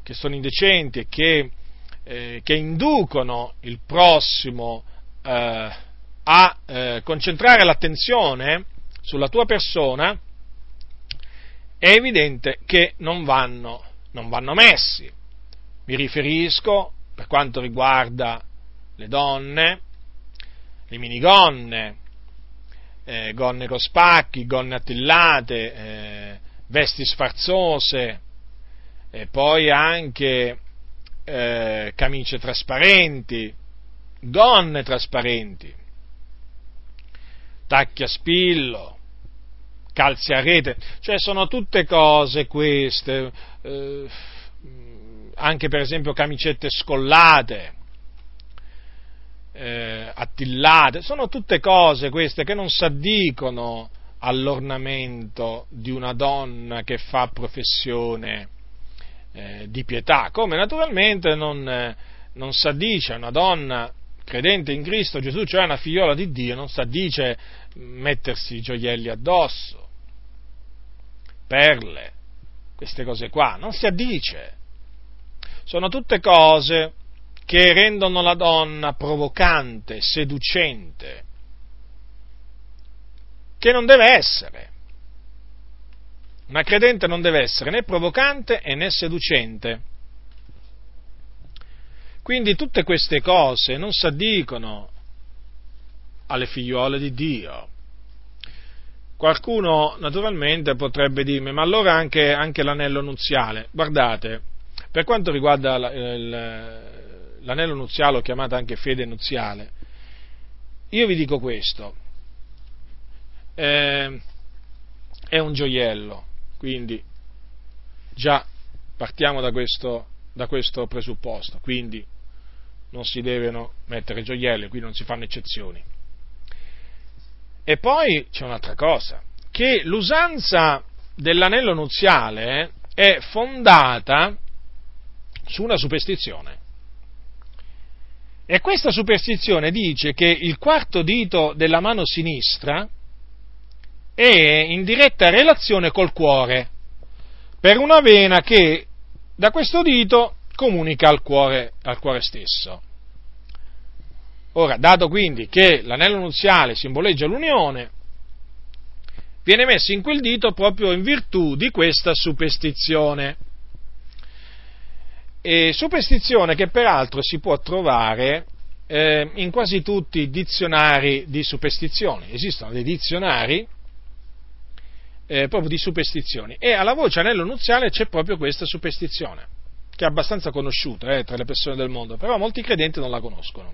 che sono indecenti e che, eh, che inducono il prossimo eh, a eh, concentrare l'attenzione sulla tua persona, è evidente che non vanno, non vanno messi. Mi riferisco, per quanto riguarda le donne, le minigonne, eh, gonne con spacchi, gonne attillate, eh, vesti sfarzose, e poi anche eh, camicie trasparenti, gonne trasparenti, tacchi a spillo, calzi a rete, cioè sono tutte cose queste, eh, anche per esempio camicette scollate, eh, attillate, sono tutte cose queste che non s'addicono all'ornamento di una donna che fa professione eh, di pietà, come naturalmente non, eh, non s'addice a una donna credente in Cristo Gesù, cioè una figliola di Dio, non s'addice mettersi gioielli addosso, perle, queste cose qua, non si addice. Sono tutte cose che rendono la donna provocante, seducente, che non deve essere. Una credente non deve essere né provocante e né seducente. Quindi tutte queste cose non s'addicono alle figliuole di Dio. Qualcuno naturalmente potrebbe dirmi, ma allora anche, anche l'anello nuziale. Guardate, per quanto riguarda l'anello nuziale, o chiamata anche fede nuziale, io vi dico questo, eh, è un gioiello, quindi già partiamo da questo, da questo presupposto, quindi non si devono mettere gioielli, qui non si fanno eccezioni. E poi c'è un'altra cosa, che l'usanza dell'anello nuziale è fondata su una superstizione. E questa superstizione dice che il quarto dito della mano sinistra è in diretta relazione col cuore, per una vena che da questo dito comunica al cuore, al cuore stesso. Ora, dato quindi che l'anello nuziale simboleggia l'unione, viene messo in quel dito proprio in virtù di questa superstizione. E superstizione che peraltro si può trovare eh, in quasi tutti i dizionari di superstizioni. Esistono dei dizionari eh, proprio di superstizioni, e alla voce anello nuziale c'è proprio questa superstizione, che è abbastanza conosciuta eh, tra le persone del mondo, però molti credenti non la conoscono.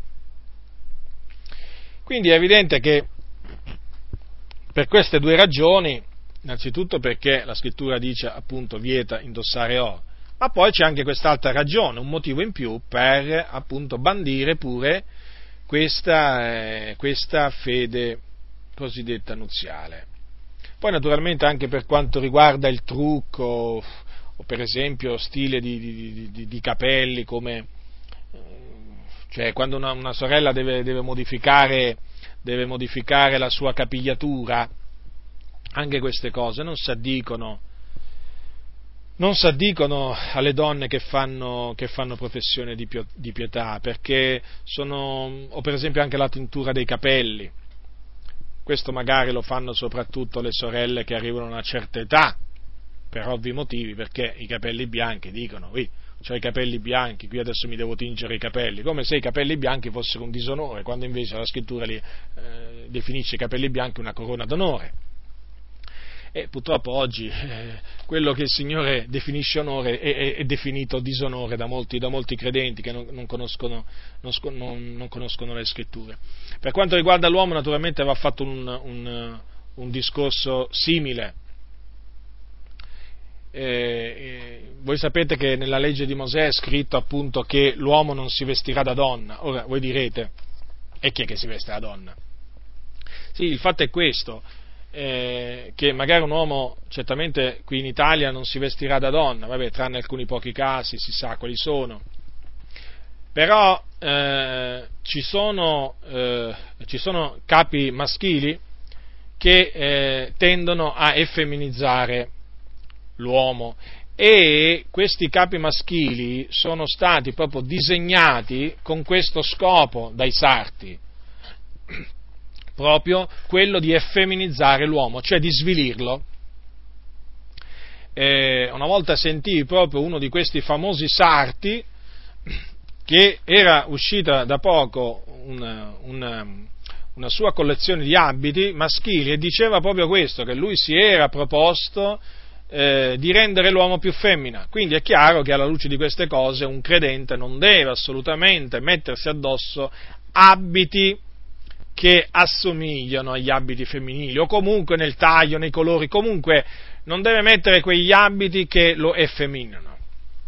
Quindi è evidente che per queste due ragioni, innanzitutto perché la scrittura dice appunto vieta indossare oro, ma poi c'è anche quest'altra ragione, un motivo in più per appunto bandire pure questa, eh, questa fede cosiddetta nuziale. Poi naturalmente anche per quanto riguarda il trucco, o per esempio stile di, di, di, di capelli, come cioè quando una, una sorella deve, deve, modificare, deve modificare la sua capigliatura, anche queste cose non s'addicono, non s'addicono alle donne che fanno, che fanno professione di, di pietà, perché sono, o per esempio anche la tintura dei capelli, questo magari lo fanno soprattutto le sorelle che arrivano a una certa età, per ovvi motivi, perché i capelli bianchi dicono, oui, ho i capelli bianchi, qui adesso mi devo tingere i capelli, come se i capelli bianchi fossero un disonore, quando invece la scrittura li, eh, definisce i capelli bianchi una corona d'onore. E purtroppo oggi eh, quello che il Signore definisce onore è, è, è definito disonore da molti, da molti credenti che non, non, conoscono, non, non, non conoscono le scritture. Per quanto riguarda l'uomo, naturalmente va fatto un, un, un discorso simile. Eh, eh, voi sapete che nella legge di Mosè è scritto appunto che l'uomo non si vestirà da donna. Ora voi direte, e chi è che si veste da donna? Sì, il fatto è questo, eh, che magari un uomo certamente qui in Italia non si vestirà da donna, vabbè, tranne alcuni pochi casi, si sa quali sono, però eh, ci sono, eh, ci sono capi maschili che eh, tendono a effeminizzare l'uomo, e questi capi maschili sono stati proprio disegnati con questo scopo dai sarti, proprio quello di effeminizzare l'uomo, cioè di svilirlo. Eh, una volta sentii proprio uno di questi famosi sarti, che era uscita da poco una, una, una sua collezione di abiti maschili, e diceva proprio questo, che lui si era proposto eh, di rendere l'uomo più femmina. Quindi è chiaro che alla luce di queste cose un credente non deve assolutamente mettersi addosso abiti che assomigliano agli abiti femminili, o comunque nel taglio, nei colori, comunque non deve mettere quegli abiti che lo effeminano.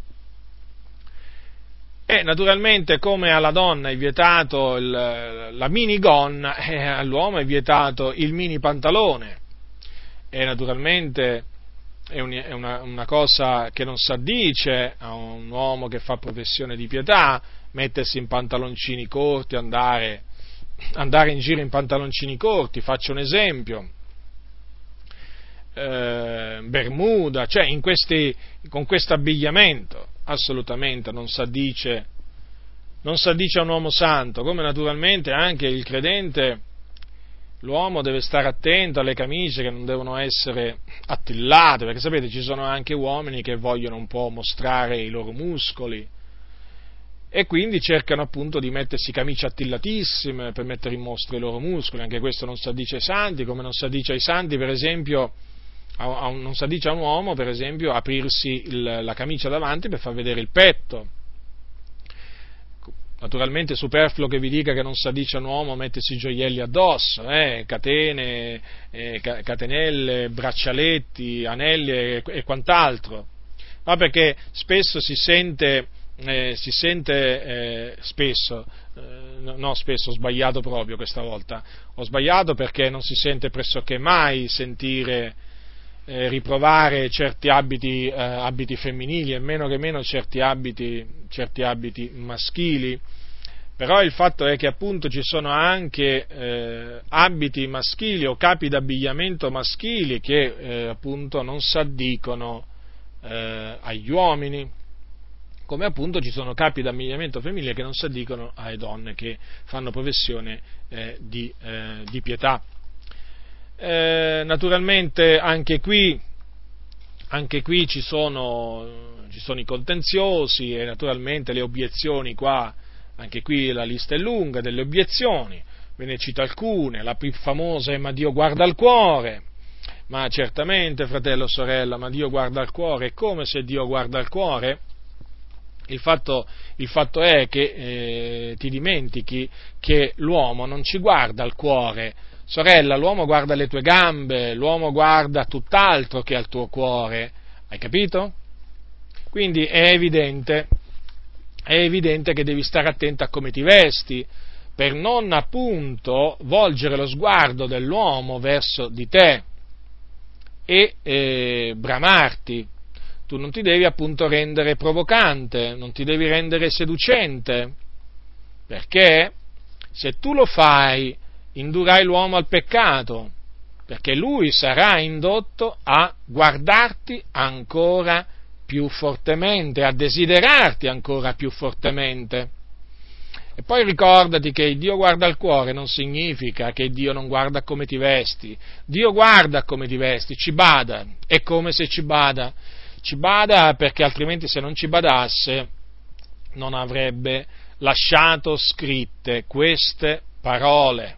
E naturalmente, come alla donna è vietato il, la minigonna, eh, all'uomo è vietato il mini pantalone. E naturalmente è, un, è una, una cosa che non s'addice a un uomo che fa professione di pietà, mettersi in pantaloncini corti, andare, andare in giro in pantaloncini corti. Faccio un esempio. Eh, Bermuda, cioè in questi, con questo abbigliamento, assolutamente non s'addice, non s'addice a un uomo santo, come naturalmente anche il credente, l'uomo deve stare attento alle camicie che non devono essere attillate, perché sapete ci sono anche uomini che vogliono un po' mostrare i loro muscoli e quindi cercano appunto di mettersi camicie attillatissime per mettere in mostra i loro muscoli. Anche questo non s'addice ai santi, come non s'addice ai santi, per esempio, a, a, non s'addice a un uomo, per esempio, aprirsi il, la camicia davanti per far vedere il petto. Naturalmente è superfluo che vi dica che non s'addice a un uomo mettersi gioielli addosso, eh, catene, eh, catenelle, braccialetti, anelli e, e quant'altro, ma perché spesso si sente, eh, si sente eh, spesso, eh, no spesso, ho sbagliato proprio questa volta, ho sbagliato perché non si sente pressoché mai sentire eh, riprovare certi abiti, eh, abiti femminili e meno che meno certi abiti, certi abiti maschili. Però il fatto è che appunto ci sono anche eh, abiti maschili o capi d'abbigliamento maschili che eh, appunto non s'addicono eh, agli uomini, come appunto ci sono capi d'abbigliamento femminile che non s'addicono alle donne che fanno professione eh, di, eh, di pietà. Eh, naturalmente anche qui, anche qui ci sono, ci sono i contenziosi e naturalmente le obiezioni qua. Anche qui la lista è lunga delle obiezioni, ve ne cito alcune. La più famosa è: ma Dio guarda al cuore. Ma certamente, fratello o sorella, ma Dio guarda al cuore. E come se Dio guarda al cuore? Il fatto, il fatto è che eh, ti dimentichi che l'uomo non ci guarda al cuore. Sorella, l'uomo guarda le tue gambe, l'uomo guarda tutt'altro che al tuo cuore. Hai capito? Quindi è evidente È evidente che devi stare attento a come ti vesti, per non appunto volgere lo sguardo dell'uomo verso di te e eh, bramarti. Tu non ti devi appunto rendere provocante, non ti devi rendere seducente, perché se tu lo fai indurrai l'uomo al peccato, perché lui sarà indotto a guardarti ancora più fortemente, a desiderarti ancora più fortemente. E poi ricordati che Dio guarda al cuore non significa che Dio non guarda a come ti vesti. Dio guarda a come ti vesti, ci bada, è come se ci bada, ci bada perché altrimenti, se non ci badasse, non avrebbe lasciato scritte queste parole,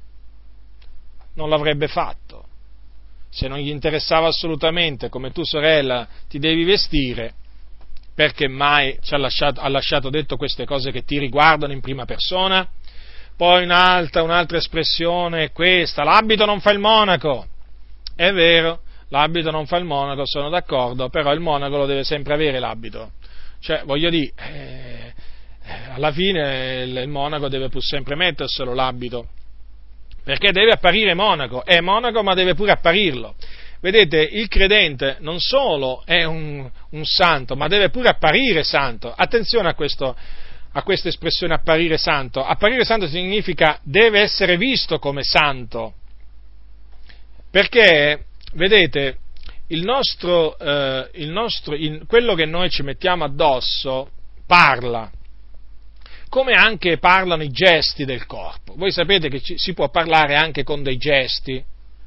non l'avrebbe fatto. Se non gli interessava assolutamente come tu, sorella, ti devi vestire, perché mai ci ha lasciato, ha lasciato detto queste cose che ti riguardano in prima persona? Poi un'altra, un'altra espressione è questa: l'abito non fa il monaco. È vero, l'abito non fa il monaco, sono d'accordo, però il monaco lo deve sempre avere l'abito. Cioè, voglio dire, eh, alla fine il, il monaco deve pur sempre metterselo l'abito, perché deve apparire monaco, è monaco ma deve pure apparirlo. Vedete, il credente non solo è un, un santo, ma deve pure apparire santo. Attenzione a, questo, a questa espressione apparire santo. Apparire santo significa deve essere visto come santo, perché, vedete, il nostro, eh, il nostro il, quello che noi ci mettiamo addosso parla, come anche parlano i gesti del corpo. Voi sapete che ci, si può parlare anche con dei gesti,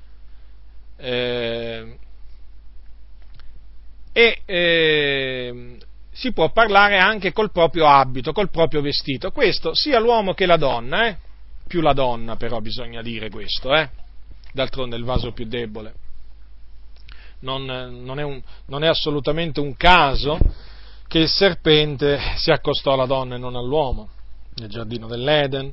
eh, e eh, si può parlare anche col proprio abito, col proprio vestito. Questo sia l'uomo che la donna, eh? Più la donna però bisogna dire questo, eh? D'altronde è il vaso più debole. Non, non, è un, non è assolutamente un caso che il serpente si accostò alla donna e non all'uomo nel giardino dell'Eden.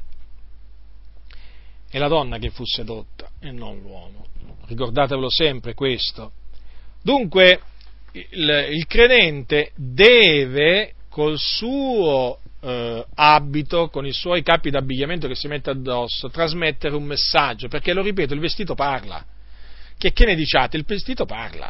È la donna che fu sedotta e non l'uomo. Ricordatevelo sempre questo. Dunque il, il credente deve col suo eh, abito, con i suoi capi d'abbigliamento che si mette addosso, trasmettere un messaggio, perché lo ripeto, il vestito parla. Che, che ne diciate? Il vestito parla.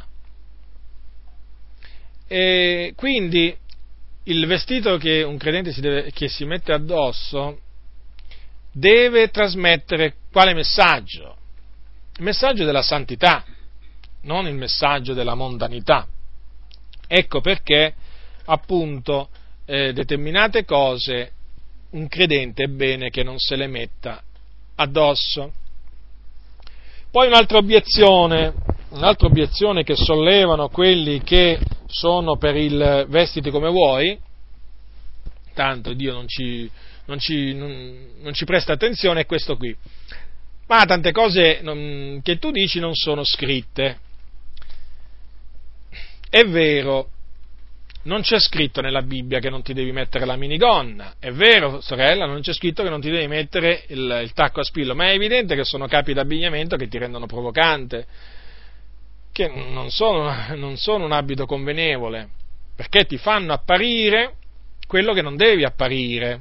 E quindi il vestito che un credente si, deve, che si mette addosso deve trasmettere quale messaggio? Il messaggio della santità, non il messaggio della mondanità. Ecco perché, appunto, eh, determinate cose un credente è bene che non se le metta addosso. Poi un'altra obiezione, un'altra obiezione che sollevano quelli che sono per il vestiti come vuoi, tanto Dio non ci, non ci, non, non ci presta attenzione, è questo qui. Ma tante cose non, che tu dici non sono scritte. È vero, non c'è scritto nella Bibbia che non ti devi mettere la minigonna, è vero, sorella, non c'è scritto che non ti devi mettere il, il tacco a spillo, ma è evidente che sono capi d'abbigliamento che ti rendono provocante, che non sono, non sono un abito convenevole, perché ti fanno apparire quello che non devi apparire.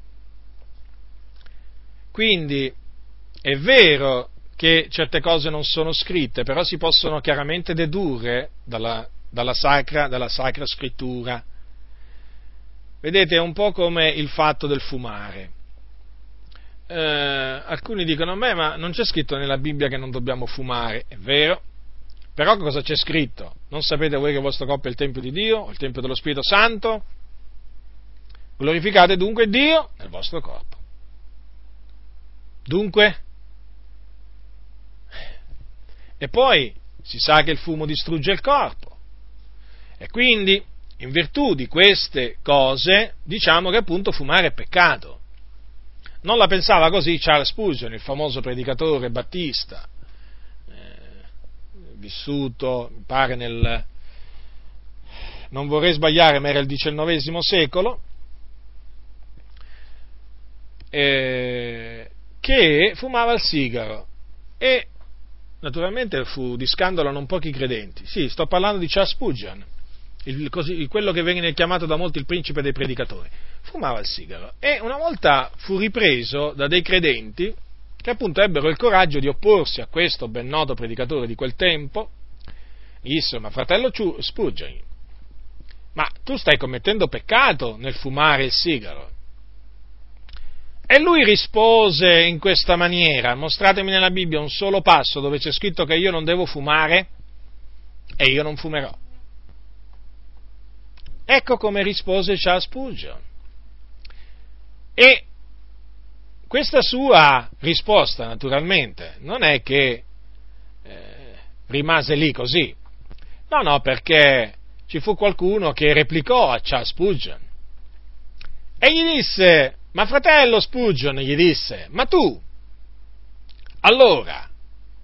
Quindi è vero che certe cose non sono scritte, però si possono chiaramente dedurre dalla Dalla sacra, dalla sacra scrittura. Vedete, è un po' come il fatto del fumare. Eh, alcuni dicono a me, ma non c'è scritto nella Bibbia che non dobbiamo fumare, è vero, però cosa c'è scritto? Non sapete voi che il vostro corpo è il Tempio di Dio, o il Tempio dello Spirito Santo? Glorificate dunque Dio nel vostro corpo. Dunque, e poi si sa che il fumo distrugge il corpo. E quindi, in virtù di queste cose, diciamo che appunto fumare è peccato. Non la pensava così Charles Spurgeon, il famoso predicatore battista, eh, vissuto, mi pare nel, non vorrei sbagliare, ma era il diciannovesimo secolo, eh, che fumava il sigaro e naturalmente fu di scandalo a non pochi credenti. Sì, sto parlando di Charles Spurgeon. Il, così, quello che viene chiamato da molti il principe dei predicatori, fumava il sigaro e una volta fu ripreso da dei credenti che appunto ebbero il coraggio di opporsi a questo ben noto predicatore di quel tempo. Gli dissero: ma fratello Spurgeon, ma tu stai commettendo peccato nel fumare il sigaro. E lui rispose in questa maniera: mostratemi nella Bibbia un solo passo dove c'è scritto che io non devo fumare e io non fumerò. Ecco come rispose Charles Spurgeon. E questa sua risposta, naturalmente, non è che eh, rimase lì così. No, no, perché ci fu qualcuno che replicò a Charles Spurgeon e gli disse: ma fratello Spurgeon, gli disse, ma tu, allora,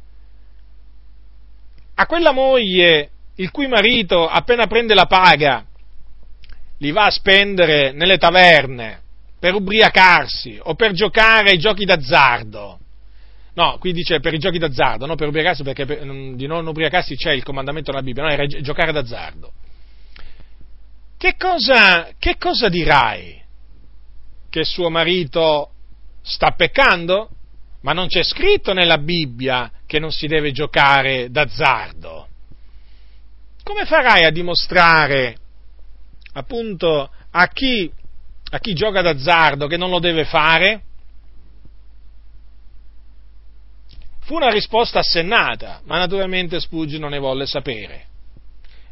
a quella moglie il cui marito appena prende la paga li va a spendere nelle taverne per ubriacarsi o per giocare ai giochi d'azzardo. No, qui dice per i giochi d'azzardo, non per ubriacarsi, perché per, di non ubriacarsi c'è il comandamento nella Bibbia, no, era giocare d'azzardo. Che cosa, che cosa dirai? Che suo marito sta peccando? Ma non c'è scritto nella Bibbia che non si deve giocare d'azzardo. Come farai a dimostrare appunto a chi, a chi gioca d'azzardo che non lo deve fare? Fu una risposta assennata, ma naturalmente Spurgeon non ne volle sapere.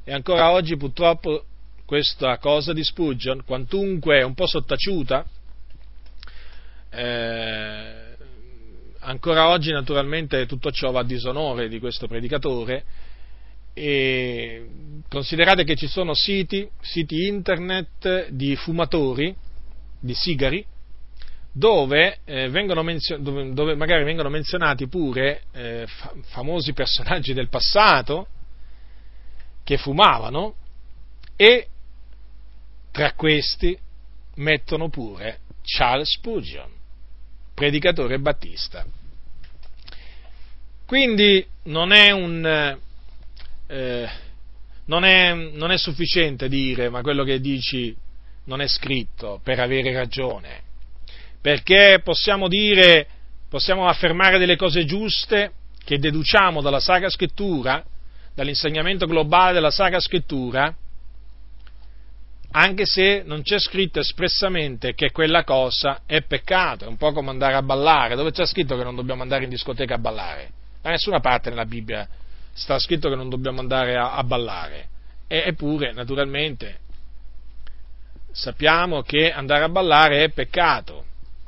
E ancora oggi purtroppo questa cosa di Spurgeon, quantunque un po' sottaciuta, eh, ancora oggi naturalmente tutto ciò va a disonore di questo predicatore, e considerate che ci sono siti, siti internet di fumatori, di sigari, dove, eh, vengono menzio- dove, dove magari vengono menzionati pure eh, fa- famosi personaggi del passato che fumavano, e tra questi mettono pure Charles Spurgeon, predicatore battista. Quindi non è un eh, non è, non è sufficiente dire ma quello che dici non è scritto per avere ragione, perché possiamo dire, possiamo affermare delle cose giuste che deduciamo dalla Sacra Scrittura, dall'insegnamento globale della Sacra Scrittura, anche se non c'è scritto espressamente che quella cosa è peccato. È un po' come andare a ballare. Dove c'è scritto che non dobbiamo andare in discoteca a ballare? Da nessuna parte nella Bibbia sta scritto che non dobbiamo andare a, a ballare. E, eppure, naturalmente, sappiamo che andare a ballare è peccato.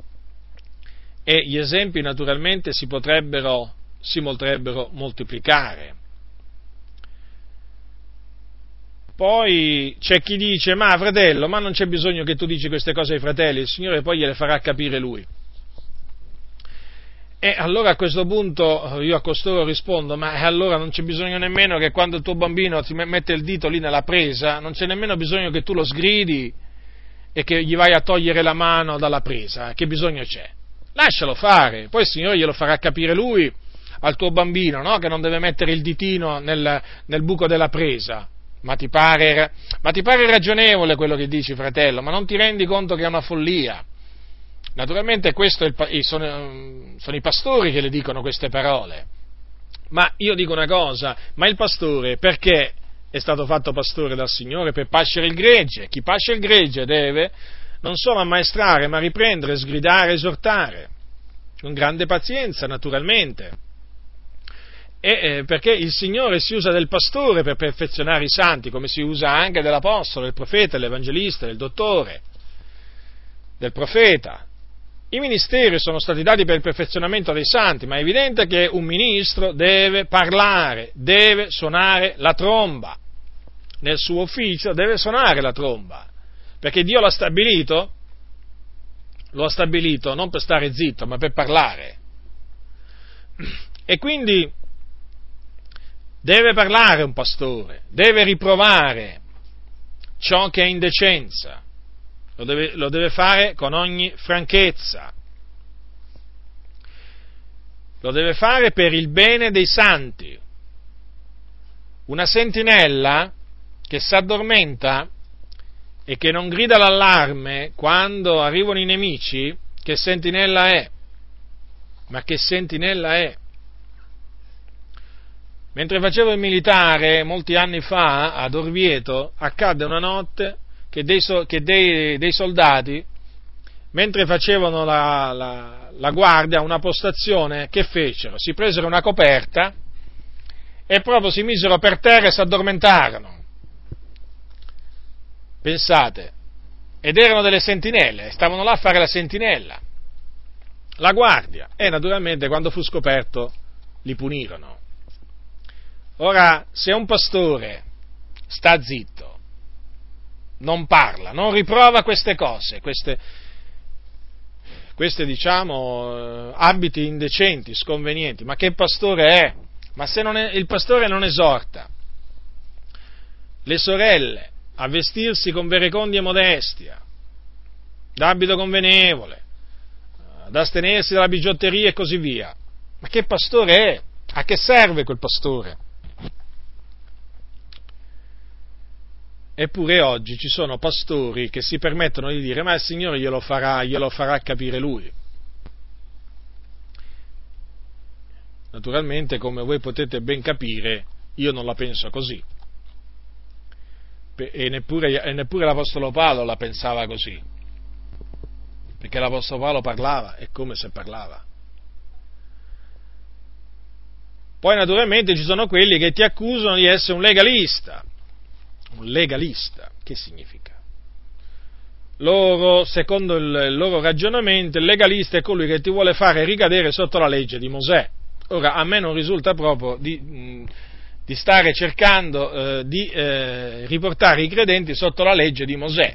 E gli esempi naturalmente si potrebbero, si potrebbero moltiplicare. Poi c'è chi dice, ma fratello, ma non c'è bisogno che tu dici queste cose ai fratelli, il Signore poi gliele farà capire Lui. E allora a questo punto io a costoro rispondo, ma allora non c'è bisogno nemmeno che quando il tuo bambino ti mette il dito lì nella presa, non c'è nemmeno bisogno che tu lo sgridi e che gli vai a togliere la mano dalla presa, che bisogno c'è? Lascialo fare, poi il Signore glielo farà capire Lui al tuo bambino, no? Che non deve mettere il ditino nel, nel buco della presa. Ma ti pare, ma ti pare ragionevole quello che dici, fratello? Ma non ti rendi conto che è una follia? Naturalmente questo è il, sono, sono i pastori che le dicono queste parole. Ma io dico una cosa, ma il pastore perché è stato fatto pastore dal Signore? Per pascere il gregge. Chi pasce il gregge deve non solo ammaestrare, ma riprendere, sgridare, esortare, con grande pazienza, naturalmente. E, eh, perché il Signore si usa del pastore per perfezionare i santi, come si usa anche dell'apostolo, del profeta, dell'evangelista, del dottore, del profeta. I ministeri sono stati dati per il perfezionamento dei santi, ma è evidente che un ministro deve parlare, deve suonare la tromba, nel suo ufficio deve suonare la tromba, perché Dio l'ha stabilito, lo ha stabilito non per stare zitto, ma per parlare. E quindi deve parlare un pastore, deve riprovare ciò che è indecenza, lo deve, lo deve fare con ogni franchezza, lo deve fare per il bene dei santi. Una sentinella che si addormenta e che non grida l'allarme quando arrivano i nemici, che sentinella è? Ma che sentinella è? Mentre facevo il militare, molti anni fa, ad Orvieto, accadde una notte che dei, che dei, dei soldati, mentre facevano la, la, la guardia a una postazione, che fecero? Si presero una coperta e proprio si misero per terra e si addormentarono. Pensate, ed erano delle sentinelle, stavano là a fare la sentinella, la guardia, e naturalmente quando fu scoperto li punirono. Ora, se un pastore sta zitto, non parla, non riprova queste cose, queste, queste diciamo, abiti indecenti, sconvenienti, ma che pastore è? Ma se non è, il pastore non esorta le sorelle a vestirsi con verecondia e modestia, d'abito convenevole, ad astenersi dalla bigiotteria e così via, ma che pastore è? A che serve quel pastore? Eppure oggi ci sono pastori che si permettono di dire ma il Signore glielo farà, glielo farà capire Lui. Naturalmente, come voi potete ben capire, io non la penso così. E neppure, e neppure l'Apostolo Paolo la pensava così. Perché l'Apostolo Paolo parlava e come se parlava. Poi naturalmente ci sono quelli che ti accusano di essere un legalista. Un legalista, che significa? Loro, secondo il loro ragionamento, il legalista è colui che ti vuole fare ricadere sotto la legge di Mosè. Ora, a me non risulta proprio di, mh, di stare cercando eh, di eh, riportare i credenti sotto la legge di Mosè.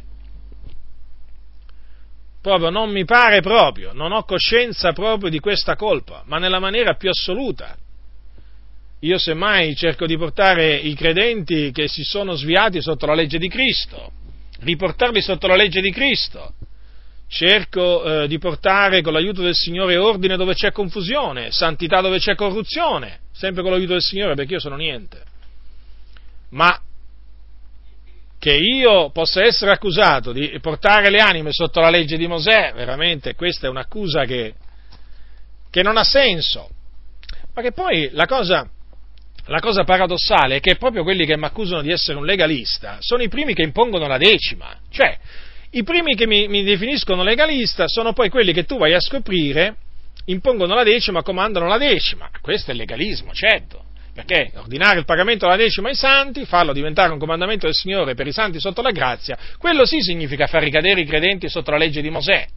Proprio non mi pare proprio, non ho coscienza proprio di questa colpa, ma nella maniera più assoluta. Io semmai cerco di portare i credenti che si sono sviati sotto la legge di Cristo, riportarli sotto la legge di Cristo. Cerco eh, di portare con l'aiuto del Signore ordine dove c'è confusione, santità dove c'è corruzione, sempre con l'aiuto del Signore, perché io sono niente. Ma che io possa essere accusato di portare le anime sotto la legge di Mosè, veramente questa è un'accusa che, che non ha senso. Ma che poi la cosa, la cosa paradossale è che proprio quelli che mi accusano di essere un legalista sono i primi che impongono la decima. Cioè, i primi che mi, mi definiscono legalista sono poi quelli che tu vai a scoprire, impongono la decima, comandano la decima. Questo è il legalismo, certo. Perché ordinare il pagamento della decima ai santi, farlo diventare un comandamento del Signore per i santi sotto la grazia, quello sì significa far ricadere i credenti sotto la legge di Mosè.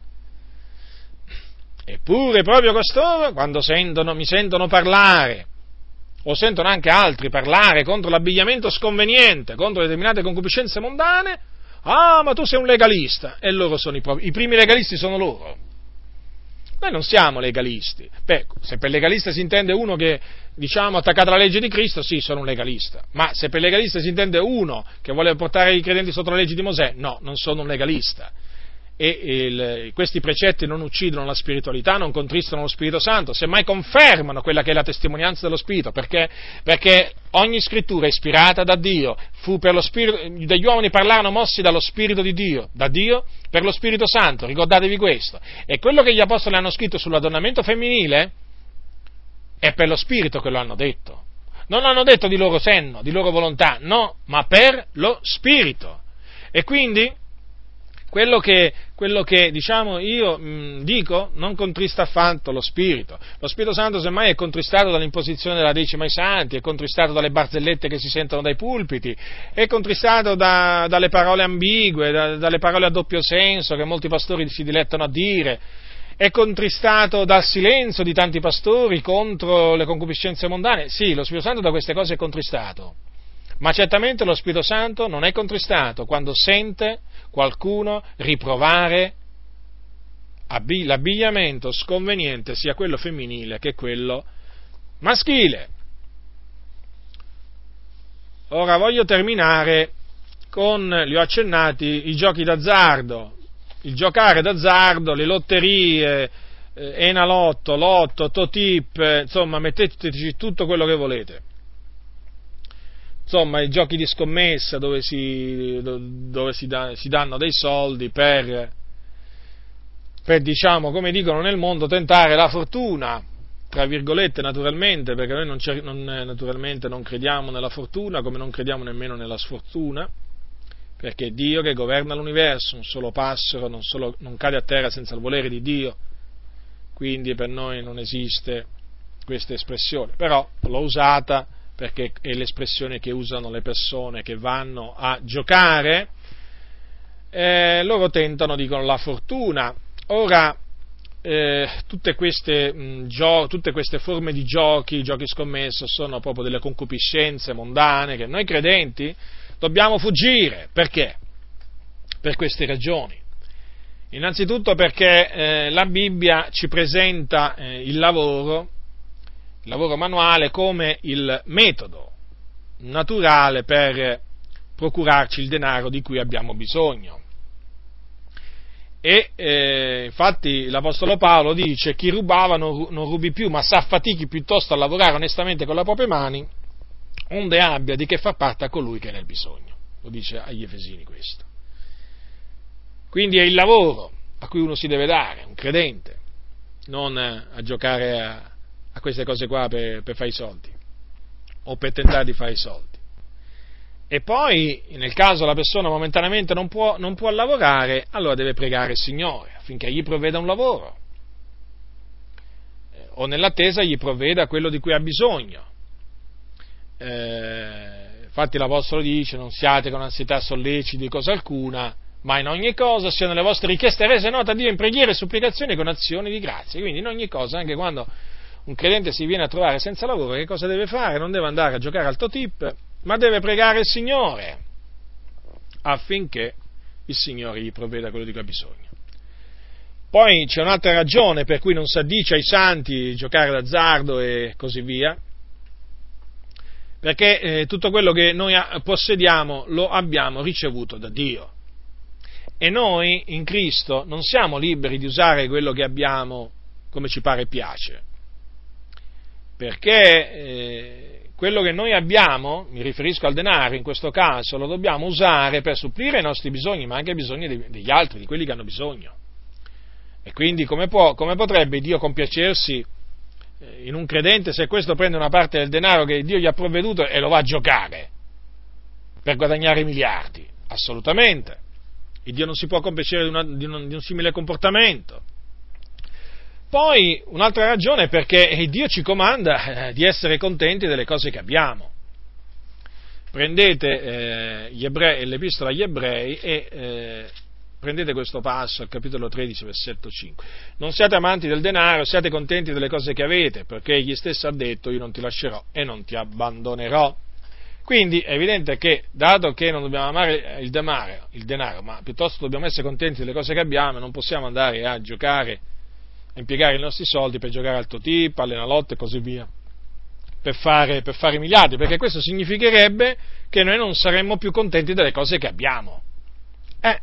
Eppure proprio costoro, quando sentono, mi sentono parlare, o sentono anche altri parlare contro l'abbigliamento sconveniente, contro determinate concupiscenze mondane, ah, ma tu sei un legalista, e loro sono i, i primi legalisti sono loro. Noi non siamo legalisti. Beh, se per legalista si intende uno che, diciamo, attaccato alla legge di Cristo, sì, sono un legalista. Ma se per legalista si intende uno che vuole portare i credenti sotto la legge di Mosè, no, non sono un legalista. E il, questi precetti non uccidono la spiritualità, non contristano lo Spirito Santo, semmai confermano quella che è la testimonianza dello Spirito, perché, perché ogni scrittura è ispirata da Dio, fu per lo Spirito, degli uomini parlarono mossi dallo Spirito di Dio, da Dio per lo Spirito Santo, ricordatevi questo. E quello che gli apostoli hanno scritto sull'adornamento femminile è per lo Spirito che lo hanno detto. Non l'hanno detto di loro senno, di loro volontà, no, ma per lo Spirito. E quindi Quello che, quello che diciamo io mh, dico non contrista affatto lo Spirito. Lo Spirito Santo semmai è contristato dall'imposizione della decima ai santi, è contristato dalle barzellette che si sentono dai pulpiti, è contristato da, dalle parole ambigue, da, dalle parole a doppio senso che molti pastori si dilettano a dire, è contristato dal silenzio di tanti pastori contro le concupiscenze mondane. Sì, lo Spirito Santo da queste cose è contristato. Ma certamente lo Spirito Santo non è contristato quando sente qualcuno riprovare l'abbigliamento sconveniente, sia quello femminile che quello maschile. Ora voglio terminare con, li ho accennati, i giochi d'azzardo, il giocare d'azzardo, le lotterie, eh, Enalotto, Lotto, Totip, eh, insomma metteteci tutto quello che volete. Insomma, i giochi di scommessa dove si, dove si, da, si danno dei soldi per, per, diciamo, come dicono nel mondo, tentare la fortuna, tra virgolette naturalmente, perché noi non, non, naturalmente non crediamo nella fortuna, come non crediamo nemmeno nella sfortuna, perché è Dio che governa l'universo, un solo passero non, solo, non cade a terra senza il volere di Dio, quindi per noi non esiste questa espressione, però l'ho usata perché è l'espressione che usano le persone che vanno a giocare, eh, loro tentano, dicono, la fortuna. Ora, eh, tutte, queste, mh, gio- tutte queste forme di giochi, giochi scommesse, sono proprio delle concupiscenze mondane che noi credenti dobbiamo fuggire. Perché? Per queste ragioni. Innanzitutto perché eh, la Bibbia ci presenta eh, il lavoro, il lavoro manuale come il metodo naturale per procurarci il denaro di cui abbiamo bisogno. E eh, infatti l'Apostolo Paolo dice: chi rubava non, non rubi più, ma s'affatichi piuttosto a lavorare onestamente con le proprie mani, onde abbia di che far parte a colui che è nel bisogno. Lo dice agli Efesini questo. Quindi è il lavoro a cui uno si deve dare, un credente, non a giocare a a queste cose qua per, per fare i soldi o per tentare di fare i soldi. E poi nel caso la persona momentaneamente non può, non può lavorare, allora deve pregare il Signore affinché gli provveda un lavoro eh, o nell'attesa gli provveda quello di cui ha bisogno, eh, infatti l'Apostolo dice: non siate con ansietà solleciti di cosa alcuna, ma in ogni cosa siano le vostre richieste rese note a Dio in preghiera e supplicazioni con azioni di grazia. Quindi in ogni cosa, anche quando un credente si viene a trovare senza lavoro, che cosa deve fare? Non deve andare a giocare al totip, ma deve pregare il Signore affinché il Signore gli provveda quello di cui ha bisogno. Poi c'è un'altra ragione per cui non si addice ai santi giocare d'azzardo e così via, perché eh, tutto quello che noi possediamo lo abbiamo ricevuto da Dio e noi in Cristo non siamo liberi di usare quello che abbiamo come ci pare e piace, perché eh, quello che noi abbiamo, mi riferisco al denaro in questo caso, lo dobbiamo usare per supplire ai nostri bisogni, ma anche ai bisogni degli altri, di quelli che hanno bisogno. E quindi come, può, come potrebbe Dio compiacersi in un credente se questo prende una parte del denaro che Dio gli ha provveduto e lo va a giocare per guadagnare miliardi? Assolutamente. Il Dio non si può compiacere di, una, di, un, di un simile comportamento. Poi un'altra ragione è perché Dio ci comanda eh, di essere contenti delle cose che abbiamo. Prendete eh, gli ebrei, l'epistola agli ebrei e eh, prendete questo passo al capitolo tredici, versetto cinque. Non siate amanti del denaro, siate contenti delle cose che avete, perché egli stesso ha detto: io non ti lascerò e non ti abbandonerò. Quindi è evidente che, dato che non dobbiamo amare il denaro, il denaro, ma piuttosto dobbiamo essere contenti delle cose che abbiamo, non possiamo andare a giocare, a impiegare i nostri soldi per giocare al totip, all'enalotto e così via, per fare, per fare miliardi, perché questo significherebbe che noi non saremmo più contenti delle cose che abbiamo. Eh,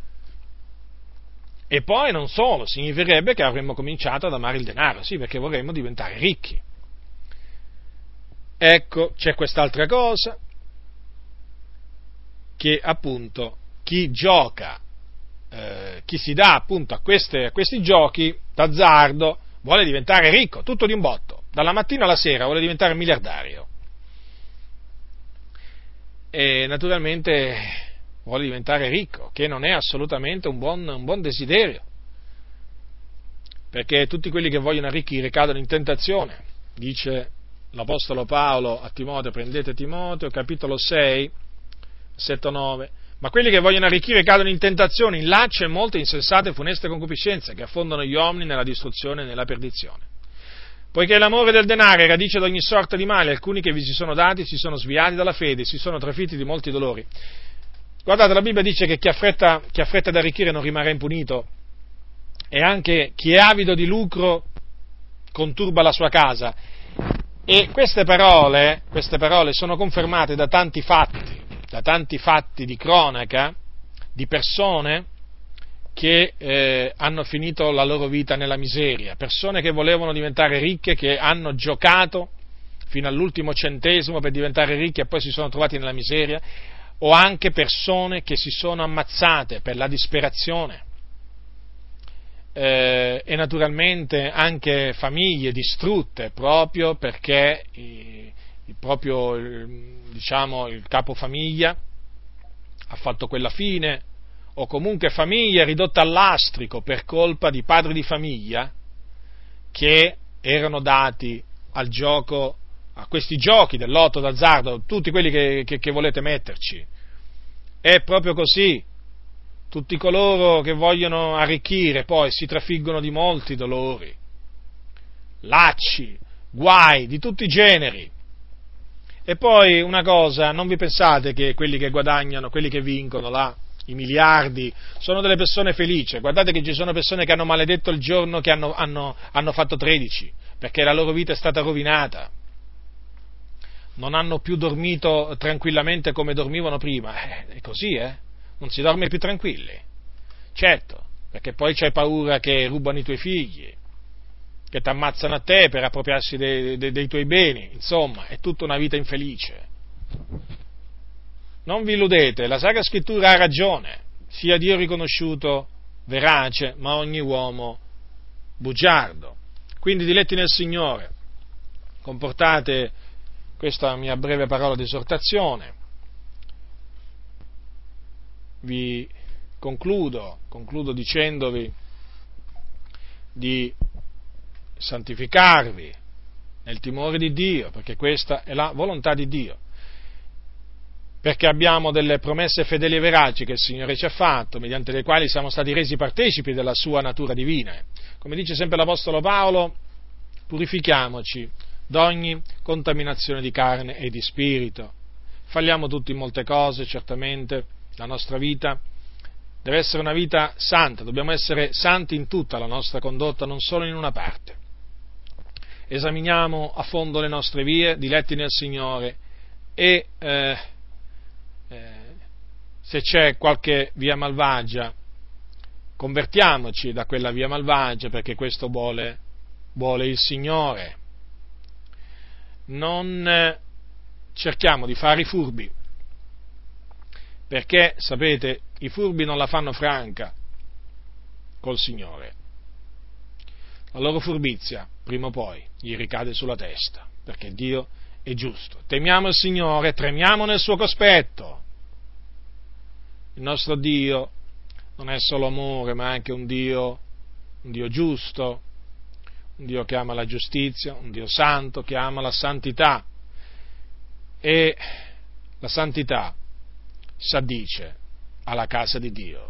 E poi non solo, significherebbe che avremmo cominciato ad amare il denaro, sì, perché vorremmo diventare ricchi. Ecco, c'è quest'altra cosa, che appunto chi gioca, eh, chi si dà appunto a, queste, a questi giochi d'azzardo vuole diventare ricco, tutto di un botto, dalla mattina alla sera vuole diventare miliardario. E naturalmente vuole diventare ricco, che non è assolutamente un buon, un buon desiderio, perché tutti quelli che vogliono arricchire cadono in tentazione. Dice l'Apostolo Paolo a Timoteo, prendete Timoteo, capitolo sei, versetto nove, ma quelli che vogliono arricchire cadono in tentazione, in lacci e molte insensate e funeste concupiscenze, che affondano gli uomini nella distruzione e nella perdizione. Poiché l'amore del denaro è radice di ogni sorta di male, alcuni che vi si sono dati si sono sviati dalla fede, si sono trafitti di molti dolori. Guardate, la Bibbia dice che chi ha fretta, chi ha fretta ad arricchire non rimarrà impunito, e anche chi è avido di lucro conturba la sua casa. E queste parole, queste parole sono confermate da tanti fatti, da tanti fatti di cronaca, di persone che eh, hanno finito la loro vita nella miseria, persone che volevano diventare ricche, che hanno giocato fino all'ultimo centesimo per diventare ricchi e poi si sono trovati nella miseria, o anche persone che si sono ammazzate per la disperazione, eh, e naturalmente anche famiglie distrutte proprio perché il, il proprio il, diciamo il capofamiglia ha fatto quella fine, o comunque famiglie ridotte al lastrico per colpa di padri di famiglia che erano dati al gioco, a questi giochi del lotto d'azzardo, tutti quelli che, che, che volete metterci. È proprio così. Tutti coloro che vogliono arricchire poi si trafiggono di molti dolori, lacci, guai di tutti i generi. E poi una cosa, non vi pensate che quelli che guadagnano, quelli che vincono là, i miliardi, sono delle persone felici. Guardate che ci sono persone che hanno maledetto il giorno che hanno, hanno, hanno fatto tredici, perché la loro vita è stata rovinata. Non hanno più dormito tranquillamente come dormivano prima. Eh, è così, eh? Non si dorme più tranquilli. Certo, perché poi c'hai paura che rubano i tuoi figli, che ti ammazzano a te per appropriarsi dei, dei, dei tuoi beni. Insomma, è tutta una vita infelice. Non vi illudete, la Sacra Scrittura ha ragione, sia Dio riconosciuto verace, ma ogni uomo bugiardo. Quindi, diletti nel Signore, comportate questa mia breve parola di esortazione, vi concludo, concludo dicendovi di santificarvi, nel timore di Dio, perché questa è la volontà di Dio. perché abbiamo delle promesse fedeli e veraci che il Signore ci ha fatto, mediante le quali siamo stati resi partecipi della sua natura divina. Come dice sempre l'Apostolo Paolo, purifichiamoci da ogni contaminazione di carne e di spirito. Falliamo tutti in molte cose, certamente, la nostra vita deve essere una vita santa, dobbiamo essere santi in tutta la nostra condotta, non solo in una parte. Esaminiamo a fondo le nostre vie, diletti nel Signore, e eh, eh, se c'è qualche via malvagia, convertiamoci da quella via malvagia, perché questo vuole, vuole il Signore. Non eh, cerchiamo di fare i furbi, perché, sapete, i furbi non la fanno franca col Signore. La loro furbizia, prima o poi, gli ricade sulla testa, perché Dio è giusto. Temiamo il Signore, tremiamo nel suo cospetto. Il nostro Dio non è solo amore, ma anche un Dio, un Dio giusto, un Dio che ama la giustizia, un Dio santo che ama la santità. E la santità s'addice alla casa di Dio,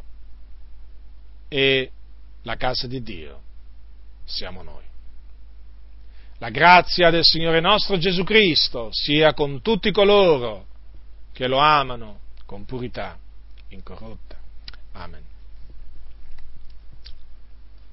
e la casa di Dio siamo noi. La grazia del Signore nostro Gesù Cristo sia con tutti coloro che lo amano con purità incorrotta. Amen.